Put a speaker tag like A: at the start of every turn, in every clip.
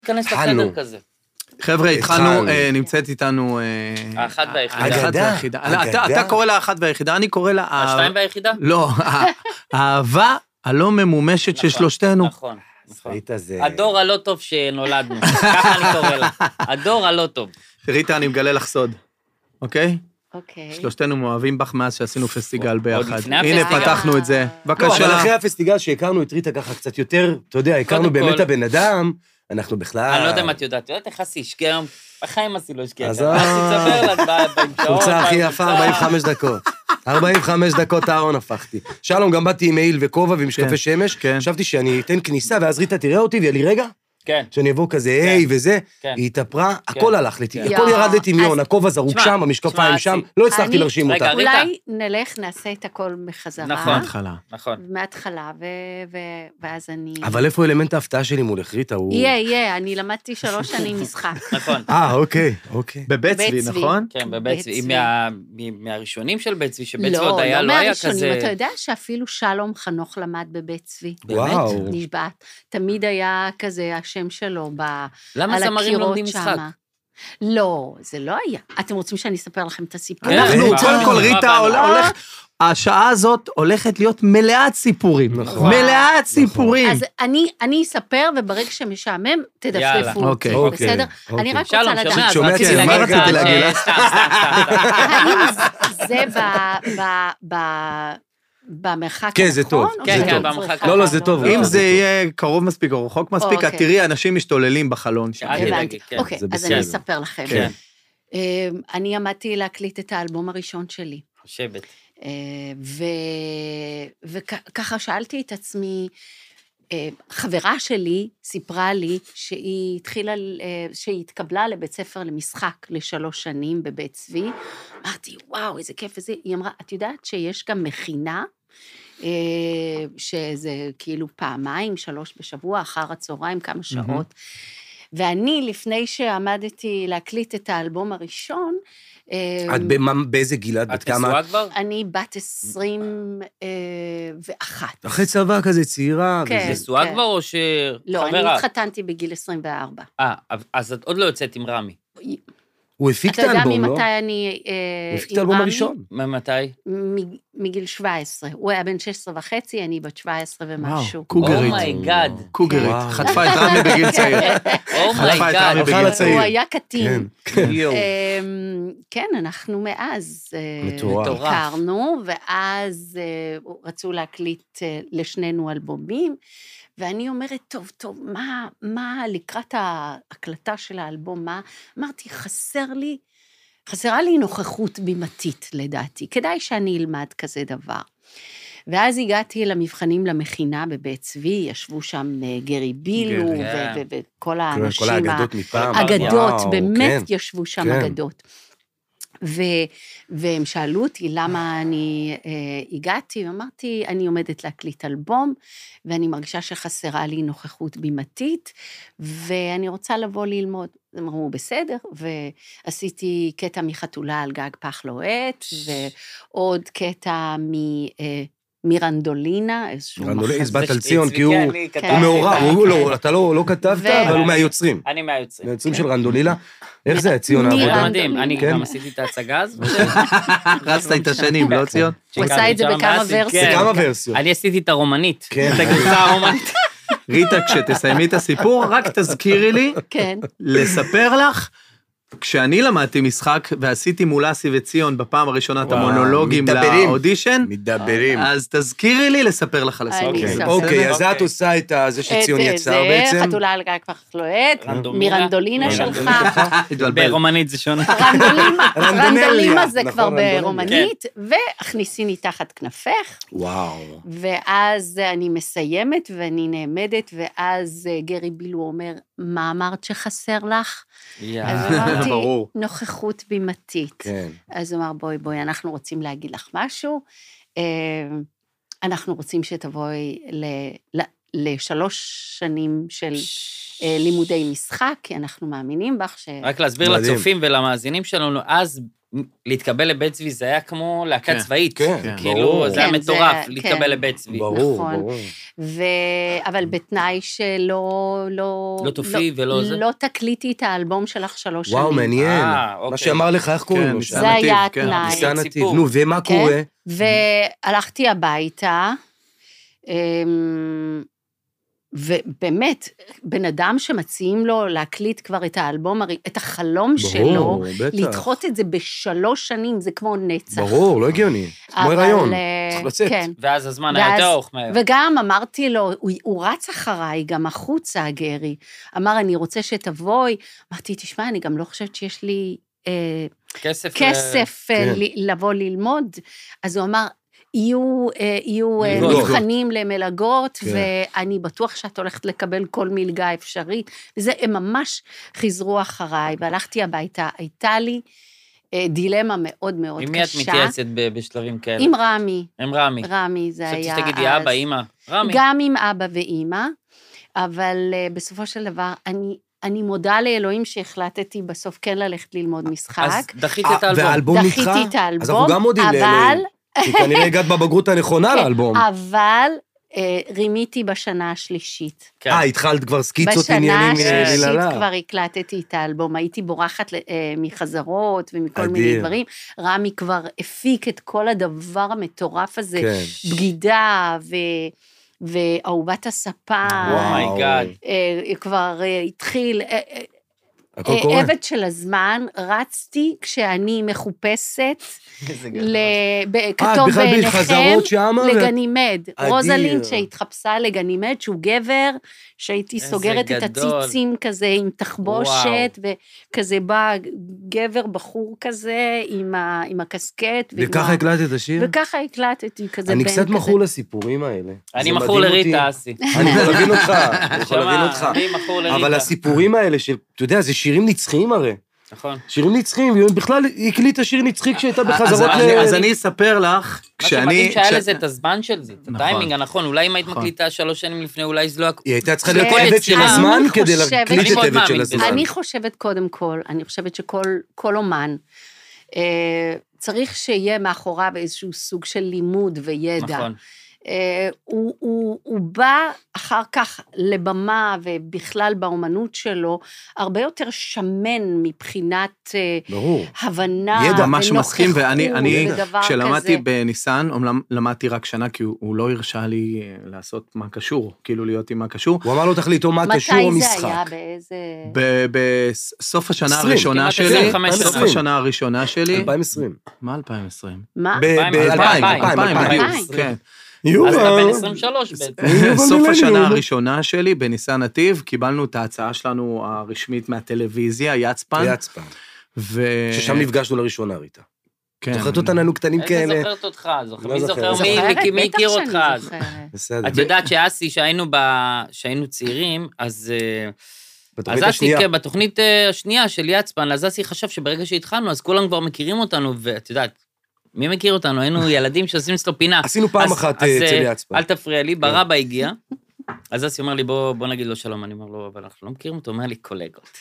A: כנס לחדר כזה.
B: חבר'ה, התחלנו, נמצאת איתנו...
A: האחת והיחידה.
B: אתה קורא לה האחת והיחידה, אני קורא לה...
A: השתיים והיחידה?
B: לא, האהבה הלא ממומשת של שלושתנו.
A: נכון. הדור הלא טוב שנולדנו, ככה אני קורא לה. הדור הלא טוב.
B: ריטה, אני מגלה לך סוד, אוקיי?
C: אוקיי.
B: שלושתנו מאוהבים בך מאז שעשינו פסטיגל ביחד.
A: לפני
B: הנה,
A: הפסטיגל.
B: פתחנו את זה. בבקשה.
D: אבל אחרי הפסטיגל שהכרנו את ריטה ככה קצת יותר, אתה יודע, הכרנו באמת הבן אדם, אנחנו בכלל...
A: אני לא יודע מה את יודעת, איך עשי השקיע היום? בחיים עשי לא השקיע.
D: אז
A: תספר לה,
D: קבוצה הכי יפה, 45 דקות. 45 דקות הארון הפכתי. שלום, גם באתי עם מעיל וכובע ומשקפי שמש, חשבתי שאני אתן כניסה, ואז ריטה תראה אותי, ויהיה לי רגע,
A: כן.
D: שאני אבוא כזה, היי וזה, היא התאפרה, הכל הלך, הכל ירד לטמיון, הכובע זרוק שם, המשקפיים שם, לא הצלחתי להרשים אותה.
C: אולי נלך, נעשה את הכל מחזרה.
A: נכון.
C: מההתחלה, ואז אני...
D: אבל איפה אלמנט ההפתעה שלי מולך, ריטה?
C: יהיה, אני למדתי 3 שנים משחק.
A: נכון.
D: אוקיי.
B: בבית צבי, נכון?
A: כן, בבית צבי, מהראשונים של בית צבי, שבית צבי
C: לא,
A: עוד היה, לא היה כזה...
C: לא מהראשונים, אתה יודע שאפילו שלום חנוך למד בבית צבי.
D: וואו.
C: נשבעת. תמיד היה כזה השם שלו
A: למה זמרים לומדים משחק?
C: לא, זה לא היה. אתם רוצים שאני אספר לכם את הסיפור?
B: אנחנו, קודם כל, ריטה הולך... השעה הזאת הולכת להיות מלאת סיפורים. מלאת סיפורים.
C: אז אני אספר, וברגע שמשעמם, תדפדפו.
B: אוקיי.
C: בסדר? אני רק רוצה לדעת.
D: שומע
B: כן, מה רציתי להגיד לך?
C: האם זה במרחק הנכון?
D: כן, זה טוב.
A: כן, במרחק.
D: לא, זה טוב.
B: אם זה יהיה קרוב מספיק או רחוק מספיק, את תראי אנשים משתוללים בחלון שם.
C: הבנתי. אוקיי, אז אני אספר לכם. אני עמדתי להקליט את האלבום הראשון שלי.
A: חושבת.
C: וככה שאלתי את עצמי, חברה שלי סיפרה לי שהיא התקבלה לבית ספר למשחק ל3 שנים בבית צבי. אמרתי, וואו, איזה כיף וזה. היא אמרה, את יודעת שיש גם מכינה, שזה כאילו 2-3 בשבוע, אחר הצהריים, כמה שעות. ואני, לפני שעמדתי להקליט את האלבום הראשון,
D: את באיזה גיל את? בת כמה?
A: נשואה כבר?
C: אני בת 21.
D: אחרי צבא כזה צעירה.
C: כן.
A: נשואה כבר או ש...
C: לא, אני התחתנתי בגיל 24.
A: אז את עוד לא יוצאת עם רמי.
D: הוא הפיק את האלבום, לא?
C: אתה יודע ממתי אני
D: הוא הפיק את האלבום הראשון.
A: ממתי?
C: מגיל 17. הוא היה בן 16 וחצי, אני בת 17 ומשהו.
B: קוגרית.
A: אומייגאד.
B: קוגרית. חטפה את רמי בגיל צעיר. חטפה את רמי בגיל צעיר.
C: הוא היה קטין.
A: יואו.
C: כן, אנחנו מאז הכרנו, ואז רצו להקליט לשנינו אלבומים, ואני אומרת, טוב, מה לקראת ההקלטה של האלבום, מה? אמרתי, חסרה לי נוכחות בימתית, לדעתי. כדאי שאני אלמד כזה דבר. ואז הגעתי למבחנים למכינה בבית צבי, ישבו שם גרי בילו, וכל האנשים...
D: כל האגדות מפעם.
C: אגדות, באמת ישבו שם אגדות. והם שאלו אותי למה אני הגעתי, ואמרתי, אני עומדת להקליט אלבום, ואני מרגישה שחסרה לי נוכחות בימתית, ואני רוצה לבוא ללמוד. הם אמרו, בסדר, ועשיתי קטע מחתולה על גג פח לוהט, ועוד קטע מרנדולינה, איזשהו
D: רנדולינה, הסבט על ציון, כי הוא מעורב, אתה לא כתבת, אבל הוא מהיוצרים.
A: אני מהיוצרים.
D: מהיוצרים של רנדולינה. איך זה, ציון העבודה?
A: מדהים, אני גם עשיתי את ההצגה הזו.
B: רצת את השנים, לא ציון?
C: הוא עשה את זה בכמה ורסיות.
D: בכמה ורסיות.
A: אני עשיתי את הרומנית. את הגרסה הרומנית.
B: ריטה, כשתסיימי את הסיפור, רק תזכירי לי לספר לך, כשאני למדתי משחק, ועשיתי מול אסי וציון בפעם הראשונה את המונולוגים לאודישן, אז תזכירי לי לספר לך על הסיפור.
D: אוקיי, אז את עושה את זה שציון יצר בעצם.
C: זה חתולה על גג פח לוהט, מרנדולינה שלך.
A: ברומנית זה שונה.
C: רנדולימה זה כבר ברומנית, והכניסיני תחת כנפך.
D: וואו.
C: ואז אני מסיימת ואני נעמדת, ואז גרי בילו אומר, מה אמרת שחסר לך? אז אמרתי, נוכחות בימתית. אז הוא אמר, בואי, אנחנו רוצים להגיד לך משהו, אנחנו רוצים שתבואי ל3 שנים של לימודי משחק, כי אנחנו מאמינים בך
A: רק להסביר לצופים ולמאזינים שלנו, אז להתקבל לבית צבי זה היה כמו להקה צבאית.
D: כן,
A: כאילו, זה היה מטורף, להתקבל לבית צבי.
D: ברור.
C: אבל בתנאי שלא...
A: לא תופיע ולא זה?
C: לא תקליטי את האלבום שלך 3 שנים.
D: וואו, מעניין. מה שאמר לך, איך קוראים לו?
C: זה היה התנאי.
D: ניסן נתיב. נו, ומה קורה?
C: והלכתי הביתה, ובאמת, בן אדם שמציעים לו להקליט כבר את האלבום, את החלום שלו, לדחות את זה ב3 שנים, זה כמו נצח.
D: ברור, לא הגיוני. כמו הריון, צריך לצאת.
C: כן.
A: ואז הזמן היה יותר ארוך מהר.
C: וגם אמרתי לו, הוא רץ אחריי, גם החוצה, גרי. אמר, אני רוצה שתבואי. אמרתי, תשמע, אני גם לא חושבת שיש לי כסף לבוא ללמוד. אז הוא אמר, יהיו מבחנים למלגות, ואני בטוח שאת הולכת לקבל כל מלגה אפשרית, וזה, הם ממש חזרו אחריי, והלכתי הביתה, הייתה לי דילמה מאוד מאוד קשה.
A: עם מי את מתייעצת בשלבים כאלה?
C: עם רמי.
A: עם רמי.
C: רמי, זה היה...
A: חשבתי שתגידי אבא, אמא, רמי.
C: גם עם אבא ואמא, אבל בסופו של דבר, אני מודה לאלוהים שהחלטתי בסוף כן ללכת ללמוד משחק.
A: אז דחית את האלבום.
D: והאלבום נדחה?
C: דחיתי את האלבום,
D: אז אנחנו גם מודים לאלוהים. כי כנראה הגעת בבגרות הנכונה לאלבום.
C: אבל רימיתי בשנה השלישית.
D: התחלת כבר סקיצות עניינים
C: בשנה השלישית כבר הקלטתי את האלבום, הייתי בורחת מחזרות ומכל מיני דברים. רמי כבר הפיק את כל הדבר המטורף הזה, בגידה ואהובת הספה.
A: אומייגאד.
C: כבר התחיל... עבד של הזמן, רצתי כשאני מחופשת, כתוב בעיניכם, לגנימד. רוזלין שהתחפשה לגנימד, שהוא גבר, שהייתי סוגרת את הציצים כזה עם תחבושת, וכזה בא גבר בחור כזה, עם הקסקט.
D: וככה הקלטת את השיר?
C: וככה הקלטתי כזה.
D: אני קצת מכור לסיפורים האלה.
A: אני מכור לריטה, אסי.
D: אני יכול להבין אותך, אבל הסיפורים האלה, אתה יודע, זה שירים נצחיים הרי.
A: נכון.
D: שירים נצחיים, והיא בכלל הקליטה שיר נצחי כשהייתה בחזרות
B: אז אני אספר לך, כשאני...
A: מה שמתאים שהיה לזה את הזמן של זה, את הטיימינג הנכון, אולי אם היית מקליטה 3 שנים לפני, אולי זה לא...
D: היא הייתה צריכה להיות עבד של הזמן כדי להקליט את עבד של הזמן.
C: אני חושבת קודם כל, אני חושבת שכל אומן, צריך שיהיה מאחוריו איזשהו סוג של לימוד וידע. נכון. הוא בא אחר כך לבמה ובכלל באומנות שלו, הרבה יותר שמן מבחינת הבנה
B: ידע, ממש מסכים, ואני כשלמדתי בניסן, למדתי רק שנה, כי הוא לא הרשה לי לעשות מה קשור, כאילו להיות עם מה קשור.
D: הוא אמר לו תחליטו מה קשור או משחק.
C: מתי זה היה? באיזה...
B: בסוף השנה הראשונה שלי, בסוף השנה הראשונה שלי.
D: 2020.
B: מה 2020?
C: מה?
B: ב-2000, כן.
A: אז אתה בן 23 בעצם.
B: סוף השנה הראשונה שלי, בניסן נתיב, קיבלנו את ההצעה שלנו הרשמית מהטלוויזיה, יצפן.
D: יצפן. ששם נפגשנו לראשונה, ריטה.
B: כן.
D: זוכרת אותנו קטנים כאלה.
A: איזה זוכרת אותך? מי זוכר מי הכיר אותך? את יודעת שאסי, שהיינו צעירים, אז אסי, בתוכנית השנייה של יצפן, אז אסי חשב שברגע שהתחלנו, אז כולם כבר מכירים אותנו, ואת יודעת, מי מכיר אותנו? היינו ילדים שעושים אצלו פינה.
D: עשינו פעם אחת אצל יצפן.
A: אל תפריע לי, ברבא הגיע. אז אסי אומר לי, בוא נגיד לו שלום. אני אומר לו, אבל אנחנו לא מכירים אותו, אומר לי, קולגות.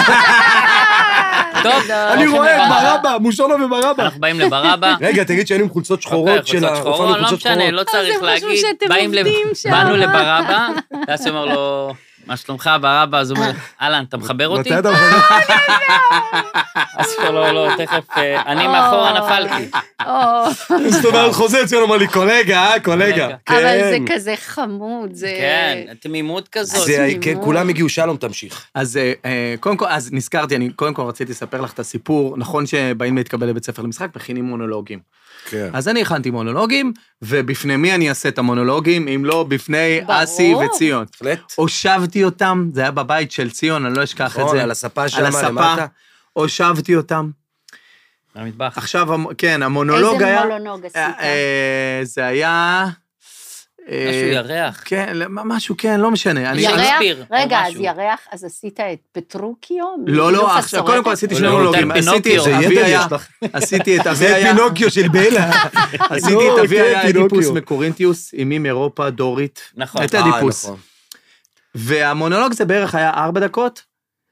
A: טוב,
D: אני רואה את ברבא, מושונו וברבא.
A: אנחנו באים לברבא.
D: רגע, תגיד שהיינו עם חולצות שחורות של
A: לא משנה, לא צריך להגיד. באנו לברבא, ואסי אומר לו, מה שלומך ברבא? אז הוא אומר, אהלן, אתה מחבר אותי?
D: מתי אתה מחבר?
A: אז לא, תכף, אני מאחורה נפלתי.
D: זאת אומרת, חוזה אצלנו, אמר לי, קולגה.
C: אבל זה כזה חמוד, זה...
A: כן, תמימות כזאת.
D: כולם הגיעו, שלום, תמשיך.
B: אז קודם כל, אז נזכרתי, אני קודם כל רציתי לספר לך את הסיפור, נכון שבאים להתקבל לבית ספר למשחק, מכינים מונולוגים. אז אני הכנתי מונולוגים, ובפני מי אני אעשה את המונולוגים, אם לא בפני אסי וציון. הושבתי אותם, זה היה בבית של ציון, אני לא אשכח את זה.
D: על הספה שם למטה.
B: הושבתי אותם.
A: במטבח.
B: עכשיו, כן, המונולוג היה...
C: איזה מונולוג עשית?
B: זה היה...
A: משהו ירח.
B: כן, משהו, כן, לא משנה.
C: ירח, רגע, אז ירח, אז עשית את פטרוקיו?
B: לא, עכשיו, קודם כל עשיתי שני מונולוגים. עשיתי את אבי היה...
D: זה פינוקיו של בלה.
B: עשיתי את אבי היה אדיפוס מקורינטיוס, אמי מאירופה, דורית.
A: נכון.
B: את אדיפוס. והמונולוג זה בערך היה 4 דקות,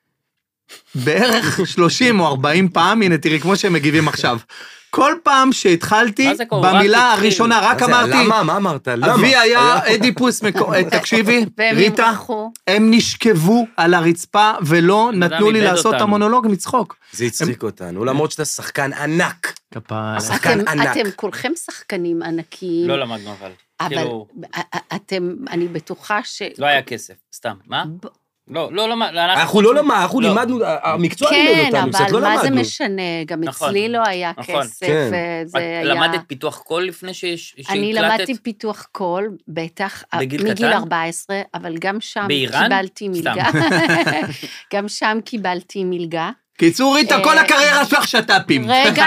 B: בערך 30 או 40 פעם, הנה תראי, כמו שהם מגיבים עכשיו. כל פעם שהתחלתי, במילה הראשונה, רק אמרתי...
D: למה? מה אמרת?
B: אבי היה אדיפוס, תקשיבי, ריטה, הם נשכבו על הרצפה, ולא נתנו לי לעשות את המונולוג מצחוק.
D: זה הצחיק אותנו, למרות שאתה שחקן ענק.
B: שחקן ענק.
C: אתם כולכם שחקנים ענקיים.
A: לא למדנו אבל.
C: אתם, אני בטוחה ש...
A: לא היה כסף, סתם. מה? לא,
D: אנחנו לא למדנו, אנחנו לימדנו, המקצוע לימד אותנו, קצת לא למדנו.
C: כן, אבל מה זה משנה? גם אצלי לא היה כסף.
A: למדת פיתוח קול לפני שהקלטת?
C: אני למדתי פיתוח קול, בטח, מגיל 14, אבל גם שם קיבלתי מלגה. גם שם קיבלתי מלגה.
B: קיצור, ריטה, כל הקריירה שלך שטאפים.
C: רגע,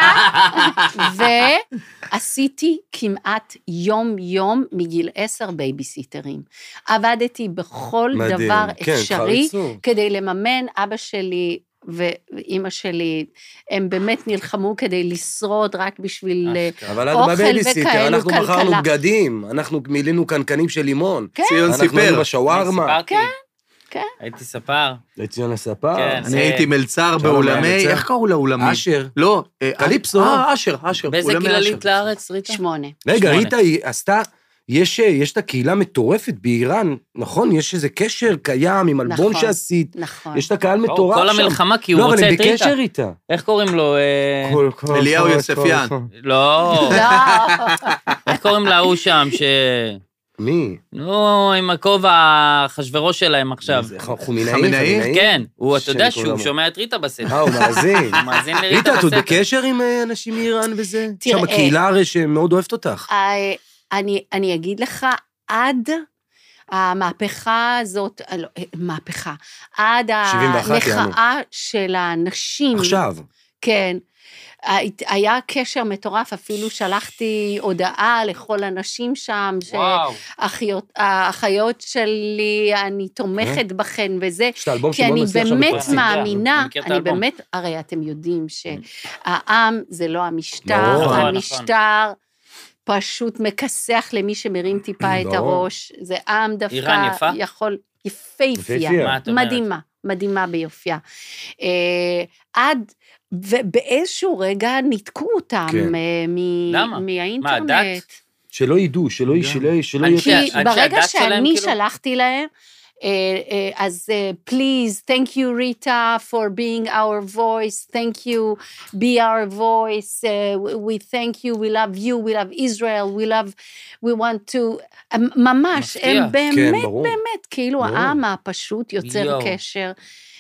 C: ועשיתי כמעט יום מגיל 10 בייביסיטרים. עבדתי בכל דבר אפשרי, כדי לממן אבא שלי ואמא שלי, הם באמת נלחמו כדי לשרוד רק בשביל אוכל וכאלו
D: אנחנו בחרנו בגדים, אנחנו מילינו קנקנים של לימון.
B: ציון סיפר.
D: אנחנו בשווארמה.
C: כן.
A: הייתי ספר.
D: ציון הספר.
B: אני הייתי מלצר באולמי, איך קראו לאולמי?
D: אשר.
B: לא.
D: קליפסו.
B: אשר.
A: באיזה קללית לארץ, ריטה?
C: 8.
D: רגע, ריטה היא עשתה, יש את הקהילה מטורפת באיראן, נכון? יש איזה קשר קיים עם אלבום שעשית.
C: נכון.
D: יש את הקהל מטורף שם.
A: כל המלחמה, כי הוא רוצה את ריטה.
D: לא, אבל הם בקשר איתה.
A: איך קוראים לו?
B: אליהו יוספיאן.
A: לא. איך קוראים להוא שם ש...
D: מי?
A: נו, עם הכובע החשברוש שלהם עכשיו.
D: חמינאי?
A: כן, אתה יודע שהוא שומע את ריטה בסדר.
D: הוא מאזין.
A: הוא מאזין לריטה
D: ריטה, את עוד
A: בסדר.
D: בקשר עם אנשים מאיראן וזה? שם הקהילה הרי שמאוד אוהבת אותך.
C: אני אגיד לך, עד המהפכה הזאת, מהפכה, עד המחאה של האנשים.
D: עכשיו.
C: כן. היה קשר מטורף, אפילו שלחתי הודעה לכל אנשים שם, שהאחיות שלי, אני תומכת בכן וזה, כי אני באמת מאמינה, אני באמת, הרי אתם יודעים שהעם זה לא המשטר, המשטר פשוט מכסח למי שמרים טיפה את הראש, זה עם דווקא יכול, יפהפייה, מדהימה ביופייה. ובאיזשהו רגע ניתקו אותם מהאינטרנט.
A: מה, הדת?
D: שלא ידעו, שלא
C: כי ברגע שאני שלחתי להם, אז please, thank you Rita for being our voice, thank you, be our voice, we thank you, we love you, we love Israel, we want to, ממש, הם באמת, כאילו העם הפשוט יוצר קשר.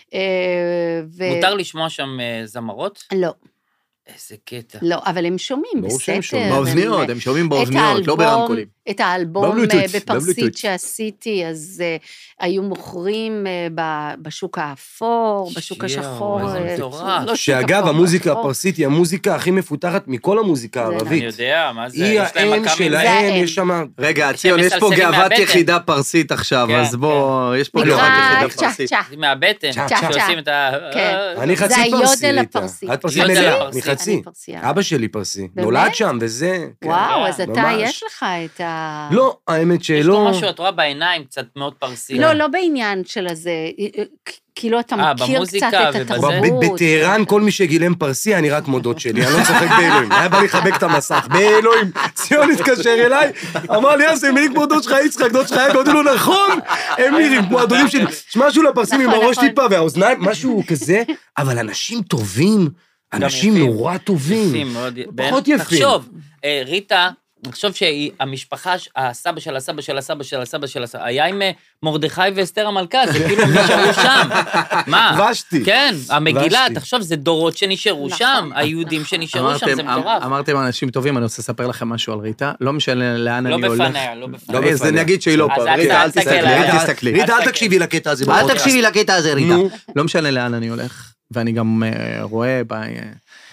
A: מותר לשמוע שם זמרות?
C: לא.
A: איזה קטע.
C: לא, אבל הם שומעים בסתר.
B: באוזניות, הם שומעים באוזניות, לא ברמקולים.
C: את האלבום בפרסית שעשיתי, אז היו מוכרים בשוק האפור, בשוק השחור.
D: שאגב, המוזיקה הפרסית היא המוזיקה הכי מפותחת מכל המוזיקה הערבית.
A: אני יודע, מה זה?
D: היא האם שלהם, יש שם...
B: רגע, ציון, יש פה גאוות יחידה פרסית עכשיו, אז בוא, יש פה גאוות יחידה פרסית.
A: זה מהבטן, שעושים את ה...
D: אני חצי פרסי, ריטה. את פרסי מלאה, אני חצי. אבא שלי פרסי. נולד שם וזה.
C: וואו, אז אתה, יש לך את ה...
D: לא, האמת שלא...
A: יש לו משהו, את רואה בעיניים, קצת מאוד פרסי.
C: לא בעניין של הזה, כאילו אתה מכיר קצת את התרבות.
D: בטהרן, כל מי שגילם פרסי, אני רק מודות שלי, אני לא צוחק באלוהים, היה בא לי לחבק את המסך, באלוהים, ציון התקשר אליי, אמר לי, אז הם נראים כמו דוד שלך, יצחק, דוד שלך, אמרתי לו, נכון, הם נראים כמו הדודים שלי, יש משהו לפרסים עם הראש טיפה והאוזניים, משהו כזה, אבל אנשים טובים, אנשים נורא טובים, פחות יפים.
A: תחשוב, ריטה, נחשוב שהמשפחה, הסבא של הסבא של הסבא של הסבא של הסבא, היה עם מרדכי ואסתר המלכה, זה כאילו נשארו שם. מה?
D: ושתי.
A: כן, המגילה, תחשוב, זה דורות שנשארו שם, היהודים שנשארו שם, זה מטורף.
B: אמרתם אנשים טובים, אני רוצה לספר לכם משהו על ריטה, לא משנה לאן אני הולך.
A: לא בפניה, לא בפניה.
B: אז נגיד שהיא לא פה, ריטה, אל תסתכלי.
D: ריטה, אל תקשיבי לקטע הזה.
B: אל תקשיבי לקטע הזה, ריטה. לא משנה לאן אני הולך, ואני גם רואה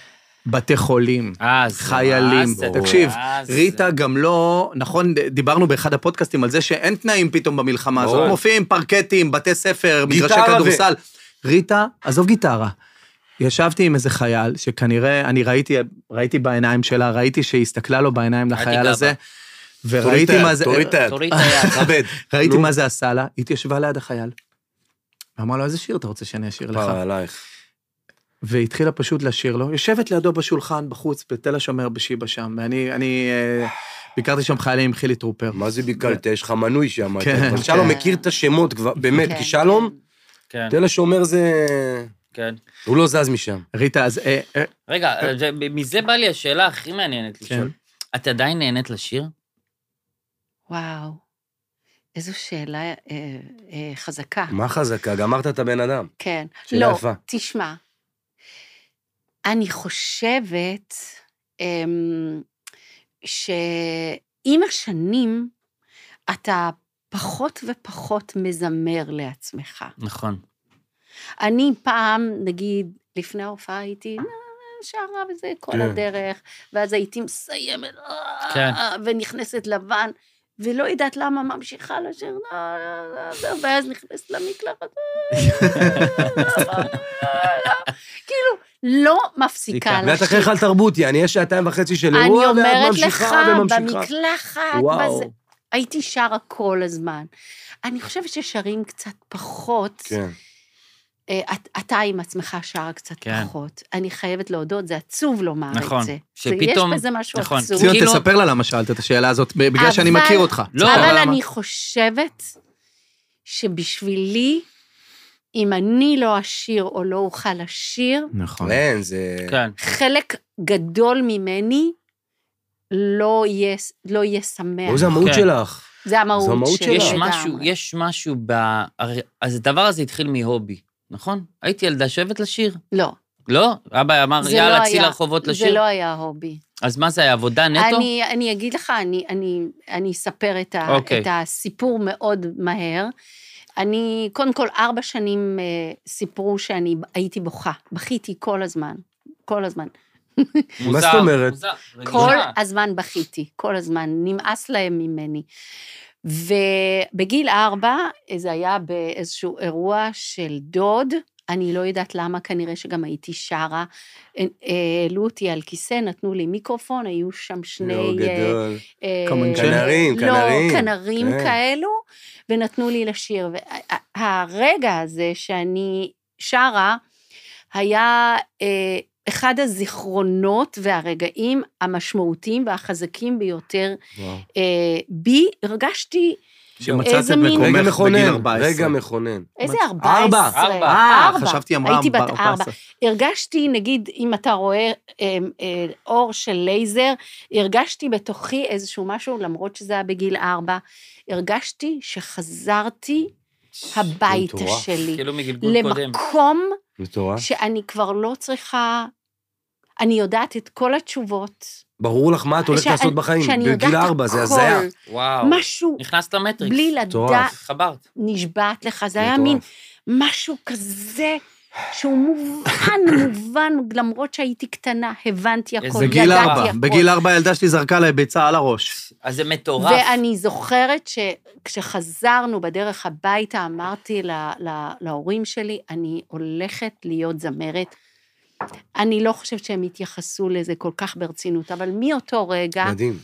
B: בתי חולים, חיילים. תקשיב, ריטה גם לא, נכון, דיברנו באחד הפודקאסטים על זה שאין תנאים פתאום במלחמה הזאת, מופיעים פרקטים, בתי ספר, מגרשי כדורסל. ריטה, עזוב גיטרה. ישבתי עם איזה חייל, שכנראה, אני ראיתי בעיניים שלה, ראיתי שהיא הסתכלה לו בעיניים לחייל הזה, וראיתי מה זה... ראיתי מה זה עשה לה, היא התיישבה ליד החייל. אמרה לו, איזה שיר אתה רוצה שאני אשיר לך? והתחילה פשוט לשיר לו, יושבת לידו בשולחן, בחוץ, בתל השומר בשיבה שם, ואני ביקרתי שם חיילים עם חילי טרופר.
D: מה זה ביקרת? יש לך מנוי שם. אבל שלום מכיר את השמות כבר, באמת, כי שלום, תל השומר זה...
A: כן.
D: הוא לא זז משם.
B: ריטה, אז...
A: רגע, מזה בא לי השאלה הכי מעניינת לשאול. את עדיין נהנית לשיר?
C: וואו, איזו שאלה חזקה.
D: מה חזקה? גמרת את הבן אדם.
C: כן. לא, תשמע. אני חושבת שעם השנים אתה פחות ופחות מזמר לעצמך.
A: נכון.
C: אני פעם, נגיד, לפני ההופעה הייתי שרה וזה כל הדרך, ואז הייתי מסיימת, ונכנסת לבן, ולא יודעת למה ממשיכה לשיר, ואז נכנסת למקלחת, כאילו, לא מפסיקה לשיר.
D: ואת אחרי חל תרבותי, אני יש 2.5 של אירוע,
C: אני אומרת לך, במקלחת, הייתי שרה כל הזמן. אני חושבת ששרים קצת פחות, אתה עם עצמך שרה קצת פחות. אני חייבת להודות, זה עצוב לומר את זה.
A: שפתאום...
C: יש בזה משהו עצוב.
B: ציון, תספר לה למה שאלת את השאלה הזאת, בגלל שאני מכיר אותך.
C: אבל אני חושבת שבשבילי, אם אני לא אשיר או לא אוכל לשיר,
B: נכון.
C: חלק גדול ממני לא יהיה שמח.
D: זה המהות שלך.
C: זה המהות שלי.
A: יש משהו אז הדבר הזה התחיל מהובי. נכון? הייתי ילדה שאוהבת לשיר.
C: לא.
A: לא? אבא אמר, יאללה, צאי לרחובות לשיר.
C: זה לא היה הובי.
A: אז מה זה היה, עבודה נטו?
C: אני אגיד לך, אני אספר את הסיפור מאוד מהר. אני, קודם כל, 4 שנים סיפרו שאני הייתי בוכה. בכיתי כל הזמן. כל הזמן.
D: מה זאת אומרת?
C: כל הזמן בכיתי. כל הזמן. נמאס להם ממני. ובגיל 4, זה היה באיזשהו אירוע של דוד, אני לא יודעת למה, כנראה שגם הייתי שרה, העלו אותי על כיסא, נתנו לי מיקרופון, היו שם שני... כנרים כאלו, ונתנו לי לשיר. והרגע הזה שאני שרה, היה... אחד הזיכרונות והרגעים המשמעותיים והחזקים ביותר בי, הרגשתי
B: איזה מין...
D: רגע מכונן.
C: איזה 14?
B: חשבתי אמרה 14.
C: הייתי בת 4. הרגשתי, נגיד, אם אתה רואה אור של לייזר, הרגשתי בתוכי איזשהו משהו, למרות שזה היה בגיל 4, הרגשתי שחזרתי הביתה שלי.
A: כאילו מגלגול קודם.
C: למקום שאני כבר לא צריכה... אני יודעת את כל התשובות.
D: ברור לך מה את הולכת לעשות בחיים. בגיל 4, זה הזיה.
A: וואו.
C: משהו.
A: נכנסת למטריקס.
C: בלי לדעת.
A: חברת.
C: נשבעת לך. זה היה מין משהו כזה, שהוא מובן, למרות שהייתי קטנה, הבנתי הכל,
B: בגיל 4. בגיל 4 ילדה שלי זרקה לה ביצה על הראש.
A: אז זה מטורף.
C: ואני זוכרת שכשחזרנו בדרך הביתה, אמרתי להורים שלי, אני הולכת להיות זמרת, אני לא חושבת שהם התייחסו לזה כל כך ברצינות, אבל מאותו רגע,
D: מדהים.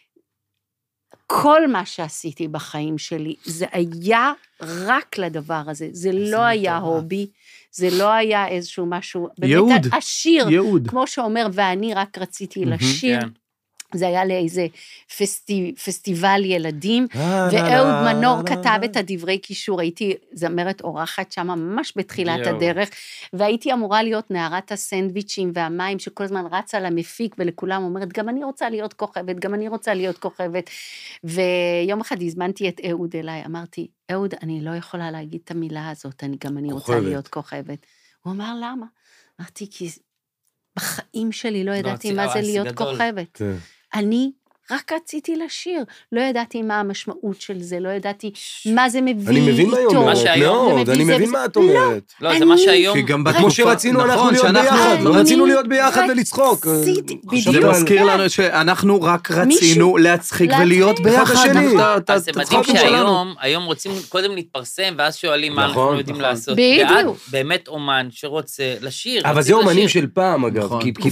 C: כל מה שעשיתי בחיים שלי, זה היה רק לדבר הזה, זה לא היה הובי, זה לא היה איזשהו משהו,
B: יהוד,
C: השיר, כמו שאומר, ואני רק רציתי לשיר, זה היה לאיזה פסטיבל ילדים, ואהוד מנור כתב את הדברי קישור, הייתי זמרת אורחת שם ממש בתחילת הדרך, והייתי אמורה להיות נערת הסנדוויצ'ים והמים, שכל הזמן רצה למפיק, ולכולם אומרת, גם אני רוצה להיות כוכבת, גם אני רוצה להיות כוכבת, ויום אחד הזמנתי את אהוד אליי, אמרתי, אהוד, אני לא יכולה להגיד את המילה הזאת, גם אני רוצה להיות כוכבת. הוא אמר, למה? אמרתי, כי בחיים שלי לא ידעתי מה זה להיות כוכבת. אני רק רציתי לשיר. לא ידעתי מה המשמעות של זה, לא ידעתי מה זה מביא איתו.
D: אני מבין מה היא אומרת, מאוד, אני מבין מה את אומרת.
A: לא, זה מה שהיום...
D: כמו שרצינו, אנחנו להיות ביחד, רצינו להיות ביחד ולצחוק.
B: זה מזכיר לנו שאנחנו רק רצינו להצחיק ולהיות ביחד.
A: אז זה מדהים שהיום רוצים קודם להתפרסם, ואז שואלים מה אנחנו יודעים לעשות.
C: בדיוק.
A: באמת אומן שרוצה לשיר.
D: אבל זה אומנים של פעם, אגב.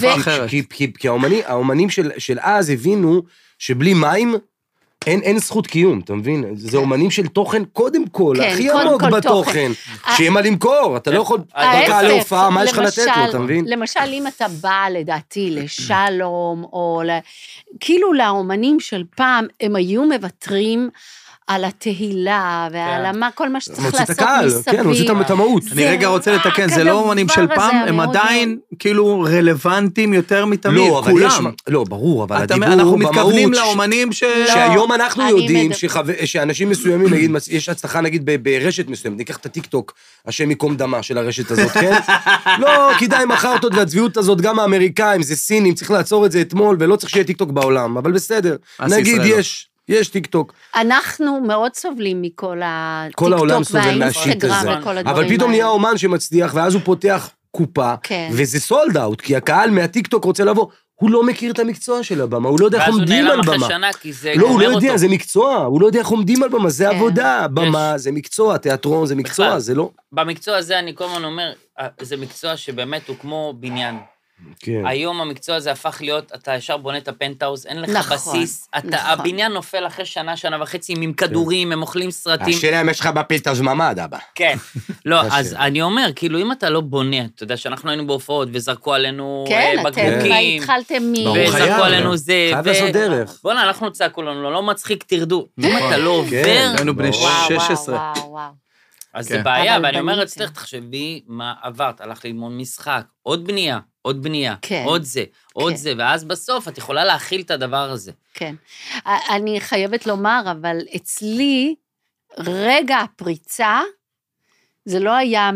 D: כי האומנים של אז הבינו שבלי מים אין זכות קיום, אתה מבין? זה אומנים של תוכן קודם כל, הכי עמוק בתוכן. שיהיה מה למכור, אתה לא יכול רק על ההופעה, מה יש לך לתת לו, אתה מבין?
C: למשל, אם אתה בא לדעתי לשלום, או כאילו לאומנים של פעם, הם היו מוותרים על התהילה, ועל כל מה שצריך לעשות מסביב.
D: כן, רוצים את המהות.
B: אני רגע רוצה לתקן, זה לא אומנים של פעם, הם עדיין כאילו רלוונטיים יותר מתמיד, כולם.
D: לא, ברור, אבל הדיבור
B: אנחנו מתכוונים לאומנים
D: שהיום אנחנו יודעים שאנשים מסוימים, נגיד, יש הצלחה נגיד ברשת מסוימת, ניקח את הטיק-טוק, השם מקום דמה של הרשת הזאת, כן? לא, כדאי מחרטות והצביעות הזאת, גם האמריקאים, זה סינים, צריך לעצור את זה אתמול, ולא צריך שיהיה טיק-טוק בעולם, אבל בסדר. נגיד, יש טיק-טוק.
C: אנחנו מאוד סובלים מכל
D: הטיקטוק והאינסטגרם וכל הדברים. אבל פתאום נהיה אומן שמצליח, ואז הוא פותח קופה, וזה סולד אאוט, כי הקהל מהטיקטוק רוצה לבוא, הוא לא מכיר את המקצוע של הבמה, הוא לא יודע איך עומדים על במה. לא, הוא לא יודע, זה מקצוע, הוא לא יודע איך עומדים על במה, זה עבודה, במה, זה מקצוע, תיאטרון, זה מקצוע, זה לא...
A: במקצוע הזה אני כל הזמן אומר, זה מקצוע שבאמת הוא כמו בניין. היום המקצוע הזה הפך להיות, אתה ישר בונה את הפנטהאוז, אין לך בסיס, הבניין נופל אחרי שנה, שנה וחצי, עם כדורים, הם אוכלים סרטים.
D: השאלה אם יש לך בפנטהאוז ממ"ד, אבא.
A: כן. לא, אז אני אומר, כאילו, אם אתה לא בונה, אתה יודע שאנחנו היינו בהופעות, וזרקו עלינו בקבוקים, וזרקו עלינו זה,
D: חייב לעשות דרך.
A: בוא'נה, אנחנו צעקו לנו, לא מצחיק, תרדו. אם אתה לא עובר...
B: היינו בני 16.
A: אז זה בעיה, ואני אומרת, אצלך, תחשבי מה עברת, הלך ללמוד משחק, עוד בנייה, עוד בנייה, עוד זה, עוד זה, ואז בסוף את יכולה להכיל את הדבר הזה.
C: כן. אני חייבת לומר, אבל אצלי, רגע הפריצה, זה לא היה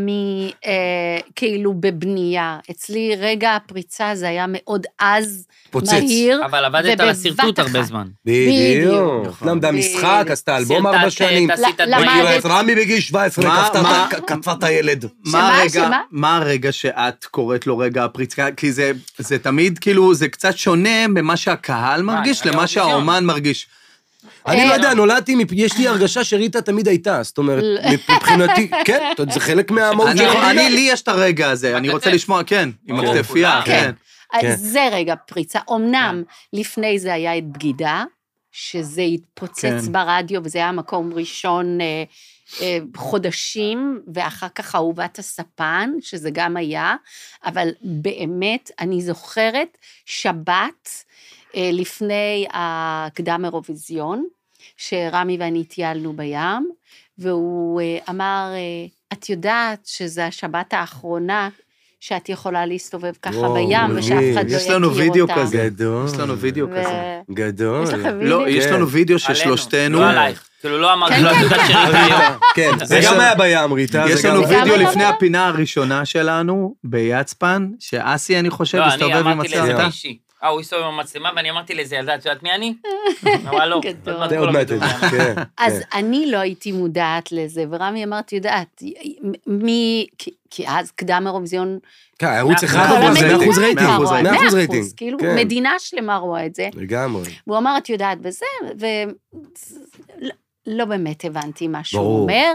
C: כאילו בבנייה. אצלי רגע הפריצה זה היה מאוד אז, מהיר.
A: אבל עבדת על הסרטוט הרבה זמן.
D: בדיוק. למדה משחק, עשתה אלבום 4 שנים.
C: למדת.
D: רמי בגיל 17, כתבה את הילד.
B: מה הרגע שאת קוראת לו רגע הפריצה? כי זה תמיד כאילו, זה קצת שונה ממה שהקהל מרגיש, למה שהאומן מרגיש.
D: אני לא יודע, נולדתי, יש לי הרגשה שריטה תמיד הייתה, זאת אומרת, מבחינתי, כן, זה חלק מהמהות של
B: אני, לי יש את הרגע הזה, אני רוצה לשמוע, כן, עם הכתפייה, כן.
C: זה רגע פריצה, אמנם לפני זה היה את בגידה, שזה התפוצץ ברדיו, וזה היה מקום ראשון חודשים, ואחר כך אהובת הספן, שזה גם היה, אבל באמת, אני זוכרת שבת, לפני הקדם אירוויזיון, שרמי ואני טיילנו בים, והוא אמר, את יודעת שזו השבת האחרונה, שאת יכולה להסתובב ככה בים, ושאף אחד לא יכיר אותה.
B: יש לנו וידאו כזה. גדול. יש לנו וידאו כזה.
D: גדול.
C: יש לכם וידאו?
B: לא, יש לנו וידאו של שלושתנו.
A: לא עלייך. כאילו לא אמרתי, לא יודעת שריטה.
D: כן, זה גם היה בים, ריטה.
B: יש לנו וידאו לפני הפינה הראשונה שלנו, ביצפן, שאסי, אני חושב, הסתובב עם הצלחתה.
A: הוא הסתובב עם המצלמה, ואני אמרתי לזה, ילדה, את יודעת מי אני? אבל לא.
C: אז אני לא הייתי מודעת לזה, ורמי אמרת, יודעת, כי אז קדם אירוויזיון...
D: כן, הערוץ אחד, 100% רייטינג. 100% רייטינג.
C: כאילו, מדינה שלמה רואה את זה.
D: לגמרי.
C: והוא אמר, את יודעת בזה, ולא באמת הבנתי מה שהוא אומר.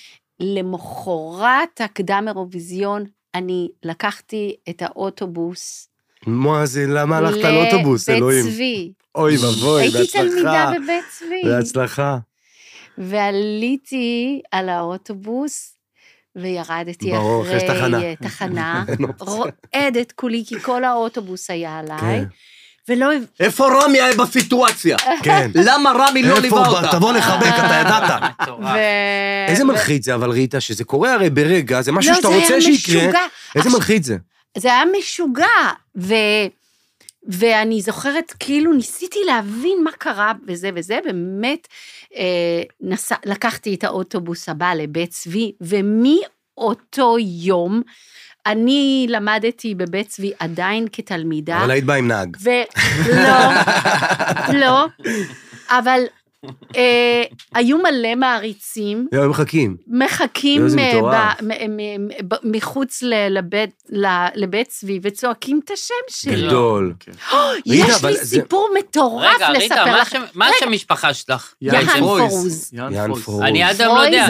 C: למחרת הקדם אירוויזיון, אני לקחתי את האוטובוס,
D: מה זה, למה הלכת על אוטובוס, אלוהים?
C: לבית צבי.
D: אוי ובוי, בהצלחה.
C: הייתי תלמידה בבית צבי.
D: בהצלחה.
C: ועליתי על האוטובוס, וירדתי אחרי תחנה, רועדת כולי, כי כל האוטובוס היה עליי, ולא...
B: איפה רמי היה בסיטואציה?
D: כן.
B: למה רמי לא ליווה אותה?
D: תבוא לחבק, אתה ידעת. איזה מלחיץ זה, אבל ראית שזה קורה הרי ברגע, זה משהו שאתה רוצה שיקרה. איזה מלחיץ זה?
C: זה היה משוגע, ואני זוכרת, כאילו ניסיתי להבין מה קרה וזה וזה, באמת לקחתי את האוטובוס הבא לבית צבי, ומאותו יום אני למדתי בבית צבי עדיין כתלמידה.
D: אבל היית באה עם נהג.
C: לא, אבל היו מלא מעריצים.
D: הם מחכים
C: מחוץ לבית צבי, וצועקים את השם שלי.
D: גדול.
C: יש לי סיפור מטורף לספר לך.
A: רגע, מה השם המשפחה שלך?
C: יהן פרוז.
A: אני עד היום לא יודע.